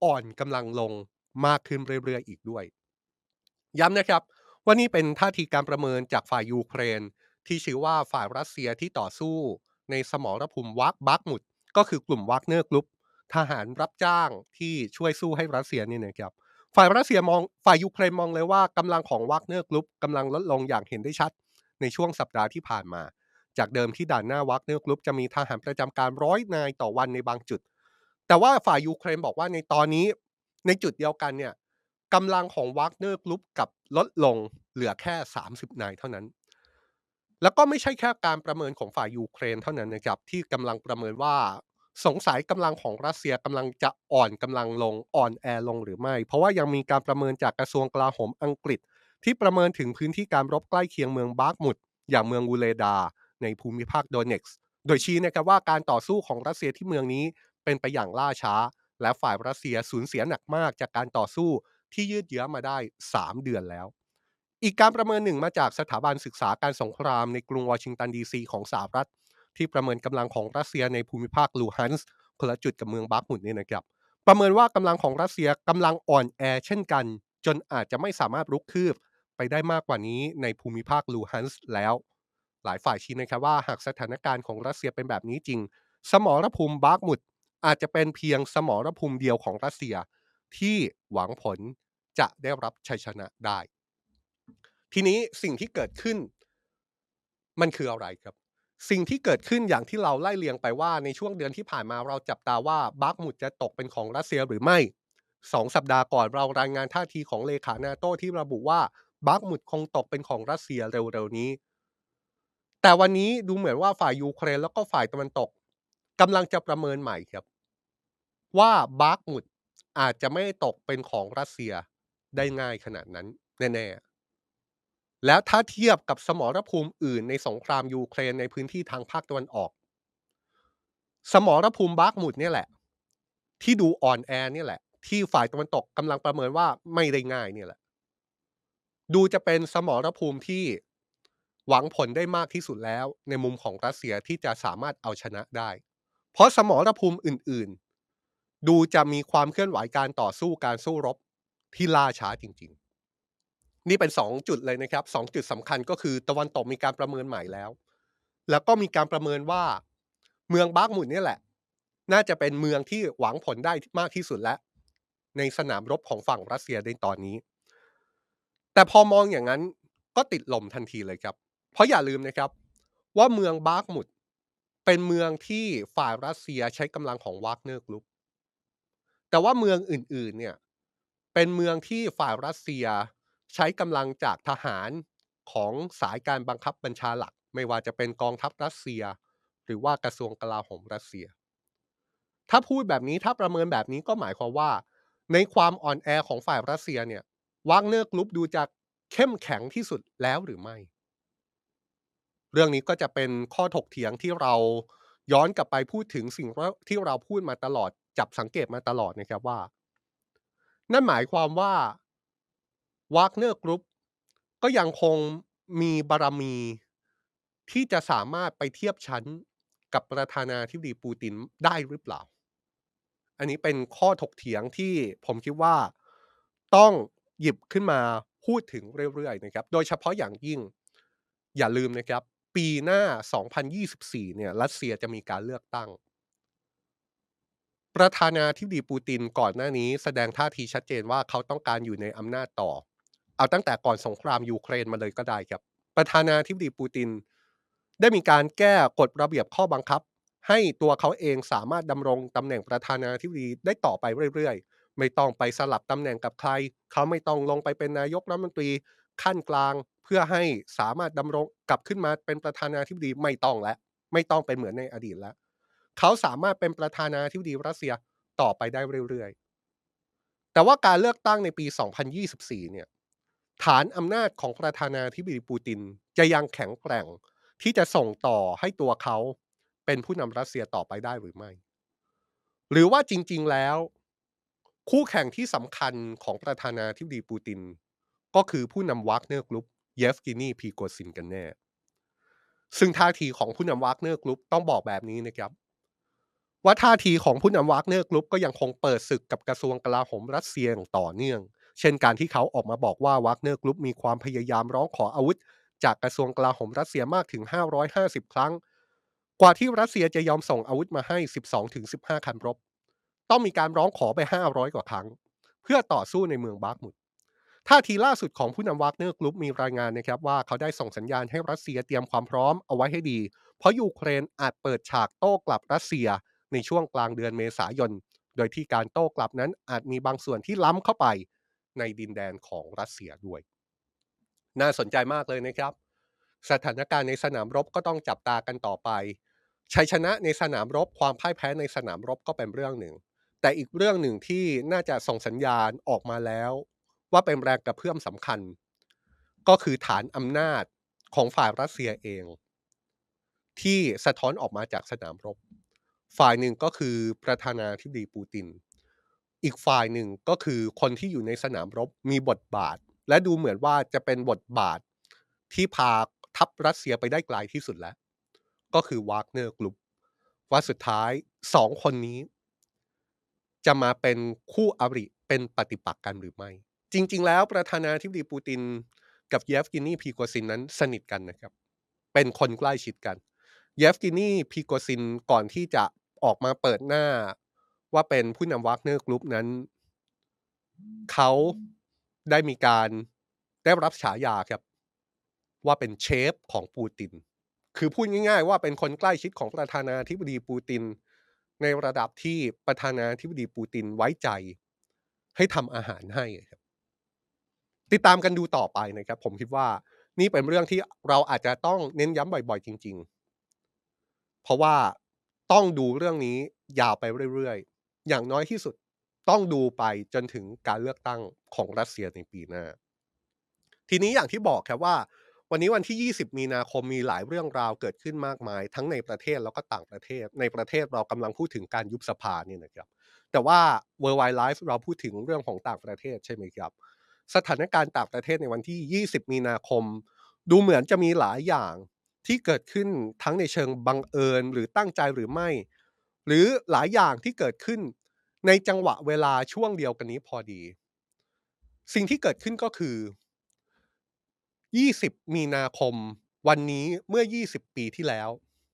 อ่อนกำลังลงมากขึ้นเรื่อยๆอีกด้วยย้ำนะครับว่านี่เป็นท่าทีการประเมินจากฝ่ายยูเครนที่ชี้ว่าฝ่ายรัสเซียที่ต่อสู้ในสมรภูมิวักบักมุดก็คือกลุ่มวักเนอร์กรุ๊ปทหารรับจ้างที่ช่วยสู้ให้รัสเซียนี่นะครับฝ่ายรัสเซียมองฝ่ายยูเครนมองเลยว่ากำลังของวักเนอร์กรุ๊ปกำลังลดลงอย่างเห็นได้ชัดในช่วงสัปดาห์ที่ผ่านมาจากเดิมที่ด่านหน้าวักเนอร์กรุ๊ปจะมีทหารประจำการร้อยนายต่อวันในบางจุดแต่ว่าฝ่ายยูเครนบอกว่าในตอนนี้ในจุดเดียวกันเนี่ย กำลังของวากเนอร์กรุ๊ปกับลดลงเหลือแค่สามสิบนายเท่านั้น แล้วก็ไม่ใช่แค่การประเมินของฝ่ายยูเครนเท่านั้นนะครับที่กำลังประเมินว่าสงสัยกำลังของรัสเซียกำลังจะอ่อนกำลังลงอ่อนแอลงหรือไม่เพราะว่ายังมีการประเมินจากกระทรวงกลาโหมอังกฤษที่ประเมินถึงพื้นที่การรบใกล้เคียงเมืองบาร์กมุดอย่างเมืองวูเลดาในภูมิภาคโดเน็กซ์โดยชี้นะครับว่าการต่อสู้ของรัสเซียที่เมืองนี้เป็นไปอย่างล่าช้าและฝ่ายรัสเซียสูญเสียหนักมากจากการต่อสู้ที่ยืดเยื้อมาได้สามเดือนแล้ว อีกการประเมินหนึ่งมาจากสถาบันศึกษาการสงครามในกรุงวอชิงตันดีซีของสหรัฐที่ประเมินกำลังของรัสเซียในภูมิภาคลูฮันส์คนละจุดกับเมืองบาร์กมุดนี่นะครับประเมินว่ากำลังของรัสเซียกำลังอ่อนแอเช่นกันจนอาจจะไม่สามารถรุกคืบไปได้มากกว่านี้ในภูมิภาคลูฮันส์แล้วหลายฝ่ายชี้นะครับว่าหากสถานการณ์ของรัสเซียเป็นแบบนี้จริงสมรภูมิบาร์กมุดอาจจะเป็นเพียงสมรภูมิเดียวของรัสเซียที่หวังผลจะได้รับชัยชนะได้ ทีนี้สิ่งที่เกิดขึ้นมันคืออะไรครับสิ่งที่เกิดขึ้นอย่างที่เราไล่เลียงไปว่าในช่วงเดือนที่ผ่านมาเราจับตาว่าบักมุดจะตกเป็นของรัสเซียหรือไม่สองสัปดาห์ก่อนเรารายงานท่าทีของเลขานาโตที่ระบุว่าบักมุดคงตกเป็นของรัสเซียเร็วๆนี้แต่วันนี้ดูเหมือนว่าฝ่ายยูเครนแล้วก็ฝ่ายตะวันตกกำลังจะประเมินใหม่ครับว่าบักมุดอาจจะไม่ตกเป็นของรัสเซียได้ง่ายขนาดนั้นแน่ๆ แล้วถ้าเทียบกับสมรภูมิอื่นในสงครามยูเครนในพื้นที่ทางภาคตะวันออกสมรภูมิบาร์กมุดเนี่ยแหละที่ดูอ่อนแอเนี่ยแหละที่ฝ่ายตะวันตกกำลังประเมินว่าไม่ได้ง่ายเนี่ยแหละดูจะเป็นสมรภูมิที่หวังผลได้มากที่สุดแล้วในมุมของรัสเซียที่จะสามารถเอาชนะได้เพราะสมรภูมิอื่นๆดูจะมีความเคลื่อนไหวการต่อสู้การสู้รบที่ล่าช้าจริงๆ นี่เป็นสองจุดเลยนะครับสองจุดสำคัญก็คือตะวันตกมีการประเมินใหม่แล้วแล้วก็มีการประเมินว่าเมืองบาร์กมุดเนี่ยแหละน่าจะเป็นเมืองที่หวังผลได้มากที่สุดแล้วในสนามรบของฝั่งรัสเซียในตอนนี้แต่พอมองอย่างนั้นก็ติดลมทันทีเลยครับเพราะอย่าลืมนะครับว่าเมืองบาร์กมุดเป็นเมืองที่ฝ่ายรัสเซียใช้กำลังของวากเนอร์กรุ๊ป แต่ว่าเมืองอื่นๆเนี่ยเป็นเมืองที่ฝ่ายรัสเซียใช้กำลังจากทหารของสายการบังคับบัญชาหลักไม่ว่าจะเป็นกองทัพรัสเซียหรือว่ากระทรวงกลาโหมรัสเซียถ้าพูดแบบนี้ถ้าประเมินแบบนี้ก็หมายความว่าในความอ่อนแอของฝ่ายรัสเซียเนี่ยวากเนอร์กรุ๊ปดูจะเข้มแข็งที่สุดแล้วหรือไม่เรื่องนี้ก็จะเป็นข้อถกเถียงที่เราย้อนกลับไปพูดถึงสิ่งที่เราพูดมาตลอดจับสังเกตมาตลอดนะครับว่า นั่นหมายความว่า Wagner Group ก็ยังคงมีบารมีที่จะสามารถไปเทียบชั้นกับประธานาธิบดีปูตินได้หรือเปล่า อันนี้เป็นข้อถกเถียงที่ผมคิดว่าต้องหยิบขึ้นมาพูดถึงเรื่อยๆนะครับโดยเฉพาะอย่างยิ่งอย่าลืมนะครับปีหน้าสองพันยี่สิบสี่เนี่ยรัสเซียจะมีการเลือกตั้ง ประธานาธิบดีปูตินก่อนหน้านี้แสดงท่าทีชัดเจนว่าเขาต้องการอยู่ในอำนาจต่อเอาตั้งแต่ก่อนสงครามยูเครนมาเลยก็ได้ครับประธานาธิบดีปูตินได้มีการแก้กฎระเบียบข้อบังคับให้ตัวเขาเองสามารถดำรงตำแหน่งประธานาธิบดีได้ต่อไปเรื่อยๆไม่ต้องไปสลับตำแหน่งกับใครเขาไม่ต้องลงไปเป็นนายกรัฐมนตรีขั้นกลางเพื่อให้สามารถดำรงกลับขึ้นมาเป็นประธานาธิบดีไม่ต้องแล้วไม่ต้องเป็นเหมือนในอดีตแล้ว เขาสามารถเป็นประธานาธิบดีรัสเซียต่อไปได้เรื่อยๆ แต่ว่าการเลือกตั้งในปี สองพันยี่สิบสี่ เนี่ยฐานอำนาจของประธานาธิบดีปูตินจะยังแข็งแกร่งที่จะส่งต่อให้ตัวเขาเป็นผู้นำรัสเซียต่อไปได้หรือไม่ หรือว่าจริงๆ แล้วคู่แข่งที่สำคัญของประธานาธิบดีปูตินก็คือผู้นำวากเนอร์กรุ๊ปเยฟกินีพีโกซินกันแน่ซึ่งท่าทีของผู้นำวากเนอร์กรุ๊ปต้องบอกแบบนี้นะครับว่าท่าทีของผู้นำวากเนอร์กรุ๊ปก็ยังคงเปิดศึกกับกระทรวงกลาโหมรัสเซียอย่างต่อเนื่องเช่นการที่เขาออกมาบอกว่าวากเนอร์กรุ๊ปมีความพยายามร้องขออาวุธจากกระทรวงกลาโหมรัสเซียมากถึงห้าร้อยห้าสิบครั้งกว่าที่รัสเซียจะยอมส่งอาวุธมาให้สิบสองถึงสิบห้าคันรบต้องมีการร้องขอไปห้าร้อยกว่าครั้งเพื่อต่อสู้ในเมืองบาคมุดท่าทีล่าสุดของผู้นำวากเนอร์กรุ๊ปมีรายงานนะครับว่าเขาได้ส่งสัญญาณให้รัสเซียเตรียมความพร้อมเอาไว้ให้ดีเพราะยูเครนอาจเปิดฉากโต้กลับรัสเซียในช่วงกลางเดือนเมษายนโดยที่การโต้กลับนั้นอาจมีบางส่วนที่ล้ำเข้าไปในดินแดนของรัสเซียด้วยน่าสนใจมากเลยนะครับสถานการณ์ในสนามรบก็ต้องจับตากันต่อไปชัยชนะในสนามรบความพ่ายแพ้ในสนามรบก็เป็นเรื่องหนึ่งแต่อีกเรื่องหนึ่งที่น่าจะส่งสัญญาณออกมาแล้วว่าเป็นแรงกระเพื่อมสำคัญก็คือฐานอำนาจของฝ่ายรัสเซียเองที่สะท้อนออกมาจากสนามรบฝ่ายหนึ่งก็คือประธานาธิบดีปูตินอีกฝ่ายหนึ่งก็คือคนที่อยู่ในสนามรบมีบทบาทและดูเหมือนว่าจะเป็นบทบาทที่พาทัพรัสเซียไปได้ไกลที่สุดแล้วก็คือวากเนอร์กรุ๊ปว่าสุดท้ายสองคนนี้จะมาเป็นคู่อริเป็นปฏิปักษ์กันหรือไม่จริงๆแล้วประธานาธิบดีปูตินกับเยฟกินีพีโกซินนั้นสนิทกันนะครับเป็นคนใกล้ชิดกันเยฟกินีพีโกซินก่อนที่จะออกมาเปิดหน้าว่าเป็นผู้นำวากเนอร์กรุ๊ปนั้นเขาได้มีการได้รับฉายาครับว่าเป็นเชฟของปูตินคือพูดง่ายๆว่าเป็นคนใกล้ชิดของประธานาธิบดีปูตินในระดับที่ประธานาธิบดีปูตินไว้ใจให้ทำอาหารให้ครับติดตามกันดูต่อไปนะครับผมคิดว่านี่เป็นเรื่องที่เราอาจจะต้องเน้นย้ำบ่อยๆจริงๆเพราะว่าต้องดูเรื่องนี้ยาวไปเรื่อยๆอย่างน้อยที่สุดต้องดูไปจนถึงการเลือกตั้งของรัสเซียในปีหน้า ทีนี้อย่างที่บอกครับว่าวันนี้วันที่ยี่สิบมีนาคมมีหลายเรื่องราวเกิดขึ้นมากมายทั้งในประเทศแล้วก็ต่างประเทศในประเทศเรากำลังพูดถึงการยุบสภาเนี่ยนะครับแต่ว่า Worldwide Life เราพูดถึงเรื่องของต่างประเทศใช่ไหมครับสถานการณ์ต่างประเทศในวันที่ยี่สิบมีนาคมดูเหมือนจะมีหลายอย่างที่เกิดขึ้นทั้งในเชิงบังเอิญหรือตั้งใจหรือไม่หรือหลายอย่างที่เกิดขึ้นในจังหวะเวลาช่วงเดียวกันนี้พอดีสิ่งที่เกิดขึ้นก็คือ ยี่สิบมีนาคมวันนี้เมื่อยี่สิบปีที่แล้ว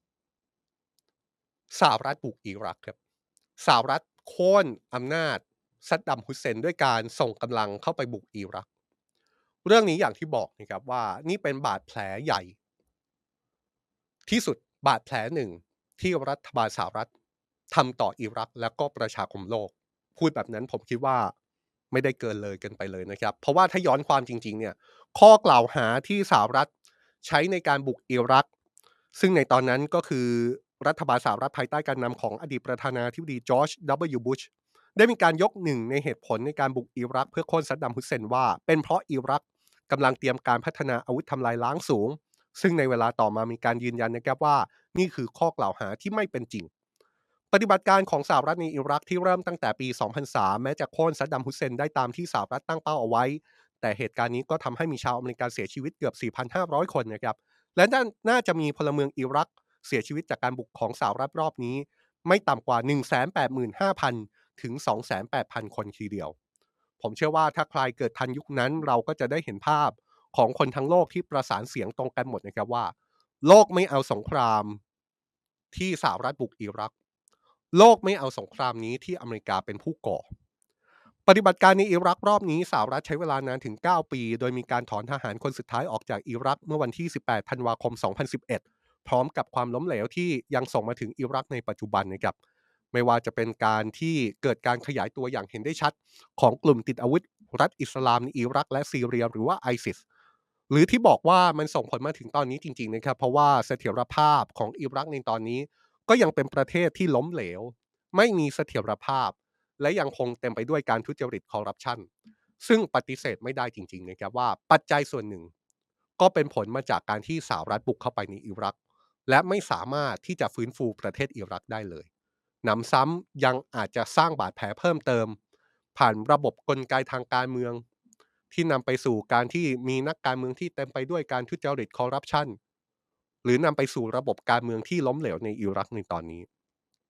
สหรัฐบุกอิรักครับสหรัฐโค่นอำนาจซัดดัมฮุสเซนด้วยการส่งกำลังเข้าไปบุกอิรักเรื่องนี้อย่างที่บอกนะครับว่านี่เป็นบาดแผลใหญ่ที่สุดบาดแผลหนึ่งที่รัฐบาลสหรัฐทำต่ออิรักและก็ประชาคมโลกพูดแบบนั้นผมคิดว่าไม่ได้เกินเลยเกินไปเลยนะครับเพราะว่าถ้าย้อนความจริงๆเนี่ยข้อกล่าวหาที่สหรัฐใช้ในการบุกอิรักซึ่งในตอนนั้นก็คือรัฐบาลสหรัฐภายใต้การนำของอดีตประธานาธิบดีจอร์จ ดับเบิลยู บุชได้มีการยกหนึ่งในเหตุผลในการบุกอิรักเพื่อโค่นซัดดัมฮุสเซนว่าเป็นเพราะอิรักกำลังเตรียมการพัฒนาอาวุธทำลายล้างสูงซึ่งในเวลาต่อมามีการยืนยันนะครับว่านี่คือข้อกล่าวหาที่ไม่เป็นจริงปฏิบัติการของสหรัฐในอิรักที่เริ่มตั้งแต่ปี สองพันสาม แม้จะโค่นซัดดัมฮุสเซนได้ตามที่สหรัฐตั้งเป้าเอาไว้แต่เหตุการณ์นี้ก็ทำให้มีชาวอเมริกันเสียชีวิตเกือบ สี่พันห้าร้อย คนนะครับและน่าจะมีพลเมืองอิรักเสียชีวิตจากการบุกของสหรัฐรอบนี้ไม่ต่ำกว่า หนึ่งแสนแปดหมื่นห้าพัน ถึง สองแสนแปดพัน คนทีเดียวผมเชื่อว่าถ้าใครเกิดทันยุคนั้นเราก็จะได้เห็นภาพของคนทั้งโลกที่ประสานเสียงตรงกันหมดนะครับว่าโลกไม่เอาสงครามที่สหรัฐบุกอิรักโลกไม่เอาสงครามนี้ที่อเมริกาเป็นผู้ก่อปฏิบัติการในอิรักรอบนี้สหรัฐใช้เวลานานถึงเก้าปีโดยมีการถอนทหารคนสุดท้ายออกจากอิรักเมื่อวันที่สิบแปดธันวาคมสองพันสิบเอ็ดพร้อมกับความล้มเหลวที่ยังส่งมาถึงอิรักในปัจจุบันนะครับไม่ว่าจะเป็นการที่เกิดการขยายตัวอย่างเห็นได้ชัดของกลุ่มติดอาวุธรัฐอิสลามในอิรักและซีเรียหรือว่าไอซิสหรือที่บอกว่ามันส่งผลมาถึงตอนนี้จริงๆนะครับเพราะว่าเสถียรภาพของอิรักในตอนนี้ก็ยังเป็นประเทศที่ล้มเหลวไม่มีเสถียรภาพและยังคงเต็มไปด้วยการทุจริตคอร์รัปชันซึ่งปฏิเสธไม่ได้จริงๆนะครับว่าปัจจัยส่วนหนึ่งก็เป็นผลมาจากการที่สหรัฐบุกเข้าไปในอิรักและไม่สามารถที่จะฟื้นฟูประเทศอิรักได้เลยหนำซ้ำยังอาจจะสร้างบาดแผลเพิ่มเติมผ่านระบบกลไกทางการเมืองที่นำไปสู่การที่มีนักการเมืองที่เต็มไปด้วยการทุจริตคอร์รัปชันหรือนำไปสู่ระบบการเมืองที่ล้มเหลวในอิรักในตอนนี้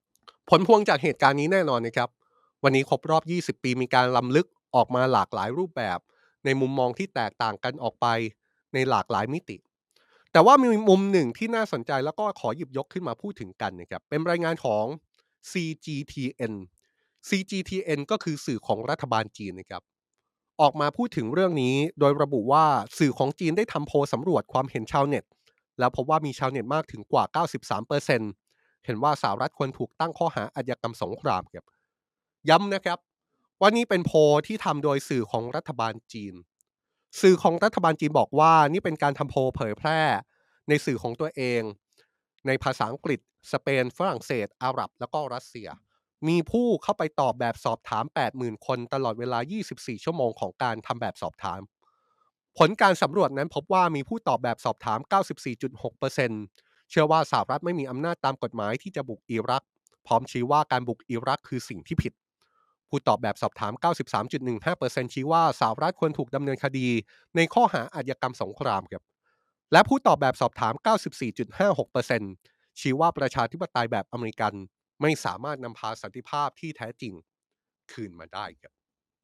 ผลพวงจากเหตุการณ์นี้แน่นอนนะครับวันนี้ครบรอบ ยี่สิบ ปีมีการล้ำลึกออกมาหลากหลายรูปแบบในมุมมองที่แตกต่างกันออกไปในหลากหลายมิติแต่ว่ามีมุมหนึ่งที่น่าสนใจแล้วก็ขอหยิบยกขึ้นมาพูดถึงกันนะครับเป็นรายงานของ ซี จี ที เอ็น ซี จี ที เอ็น ก็คือสื่อของรัฐบาลจีนนะครับออกมาพูดถึงเรื่องนี้โดยระบุว่าสื่อของจีนได้ทำโพลสำรวจความเห็นชาวเน็ตแล้วพบว่ามีชาวเน็ตมากถึงกว่า เก้าสิบสามเปอร์เซ็นต์เปอร์เซ็นต์เห็นว่าสหรัฐควรถูกตั้งข้อหาอาชญากรรมสงครามครับย้ำนะครับว่านี่เป็นโพลที่ทำโดยสื่อของรัฐบาลจีนสื่อของรัฐบาลจีนบอกว่านี่เป็นการทำโพลเผยแพร่ในสื่อของตัวเองในภาษาอังกฤษสเปนฝรั่งเศสอาหรับแล้วก็รัสเซียมีผู้เข้าไปตอบแบบสอบถาม แปดหมื่น คนตลอดเวลา ยี่สิบสี่ ชั่วโมงของการทำแบบสอบถามผลการสำรวจนั้นพบว่ามีผู้ตอบแบบสอบถาม เก้าสิบสี่จุดหกเปอร์เซ็นต์ เชื่อว่าสหรัฐไม่มีอำนาจตามกฎหมายที่จะบุกอิรักพร้อมชี้ว่าการบุกอิรักคือสิ่งที่ผิดผู้ตอบแบบสอบถาม เก้าสิบสามจุดหนึ่งห้าเปอร์เซ็นต์ ชี้ว่าสหรัฐควรถูกดำเนินคดีในข้อหาอาชญากรรมสงครามครับและผู้ตอบแบบสอบถาม เก้าสิบสี่จุดห้าหกเปอร์เซ็นต์ ชี้ว่าประชาธิปไตยแบบอเมริกันไม่สามารถนำพาสันติภาพที่แท้จริงคืนมาได้ครับ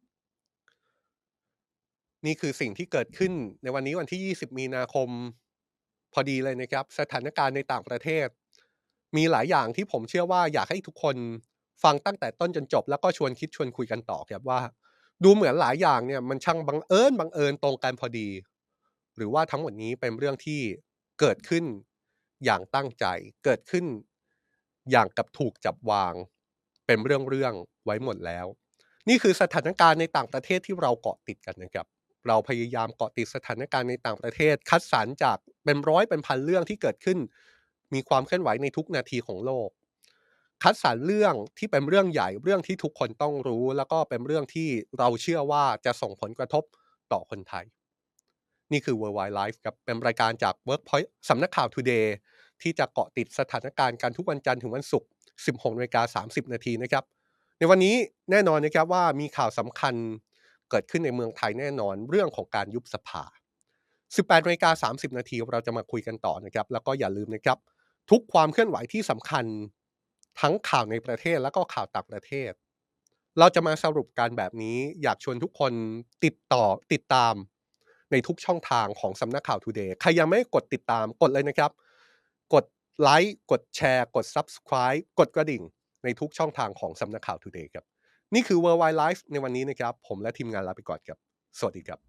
นี่คือสิ่งที่เกิดขึ้นในวันนี้วันที่ ยี่สิบ มีนาคมพอดีเลยนะครับสถานการณ์ในต่างประเทศมีหลายอย่างที่ผมเชื่อว่าอยากให้ทุกคนฟังตั้งแต่ต้นจนจบแล้วก็ชวนคิดชวนคุยกันต่อครับว่าดูเหมือนหลายอย่างเนี่ยมันช่างบังเอิญบังเอิญตรงกันพอดีหรือว่าทั้งหมดนี้เป็นเรื่องที่เกิดขึ้นอย่างตั้งใจเกิดขึ้นอย่างกับถูกจับวางเป็นเรื่องๆไว้หมดแล้วนี่คือสถานการณ์ในต่างประเทศที่เราเกาะติดกันนะครับ เราพยายามเกาะติดสถานการณ์ในต่างประเทศคัดสรรจากเป็นร้อยเป็นพันเรื่องที่เกิดขึ้นมีความเคลื่อนไหวในทุกนาทีของโลกคัดสรรเรื่องที่เป็นเรื่องใหญ่เรื่องที่ทุกคนต้องรู้แล้วก็เป็นเรื่องที่เราเชื่อว่าจะส่งผลกระทบต่อคนไทยนี่คือ Worldwide Life ครับเป็นรายการจาก Workpoint สำนักข่าว Today ที่จะเกาะติดสถานการณ์กันทุกวันจันทร์ถึงวันศุกร์สิบหกนาฬิกาสามสิบนาทีนะครับในวันนี้แน่นอนนะครับว่ามีข่าวสำคัญ เกิดขึ้นในเมืองไทยแน่นอนเรื่องของการยุบสภาสิบแปดนาฬิกาสามสิบนาทีเราจะมาคุยกันต่อนะครับแล้วก็อย่าลืมนะครับทุกความเคลื่อนไหวที่สำคัญทั้งข่าวในประเทศแล้วก็ข่าวต่างประเทศเราจะมาสรุปการแบบนี้อยากชวนทุกคนติดต่อติดตามในทุกช่องทางของสำนักข่าว Today ใครยังไม่กดติดตามกดเลยนะครับกดไลค์กดแชร์กด ซับสไครบ์ กดกระดิ่งในทุกช่องทางของสำนักข่าว Today ครับ นี่คือ Worldwide Life ในวันนี้นะครับผมและทีมงานลาไปก่อนครับสวัสดีครับ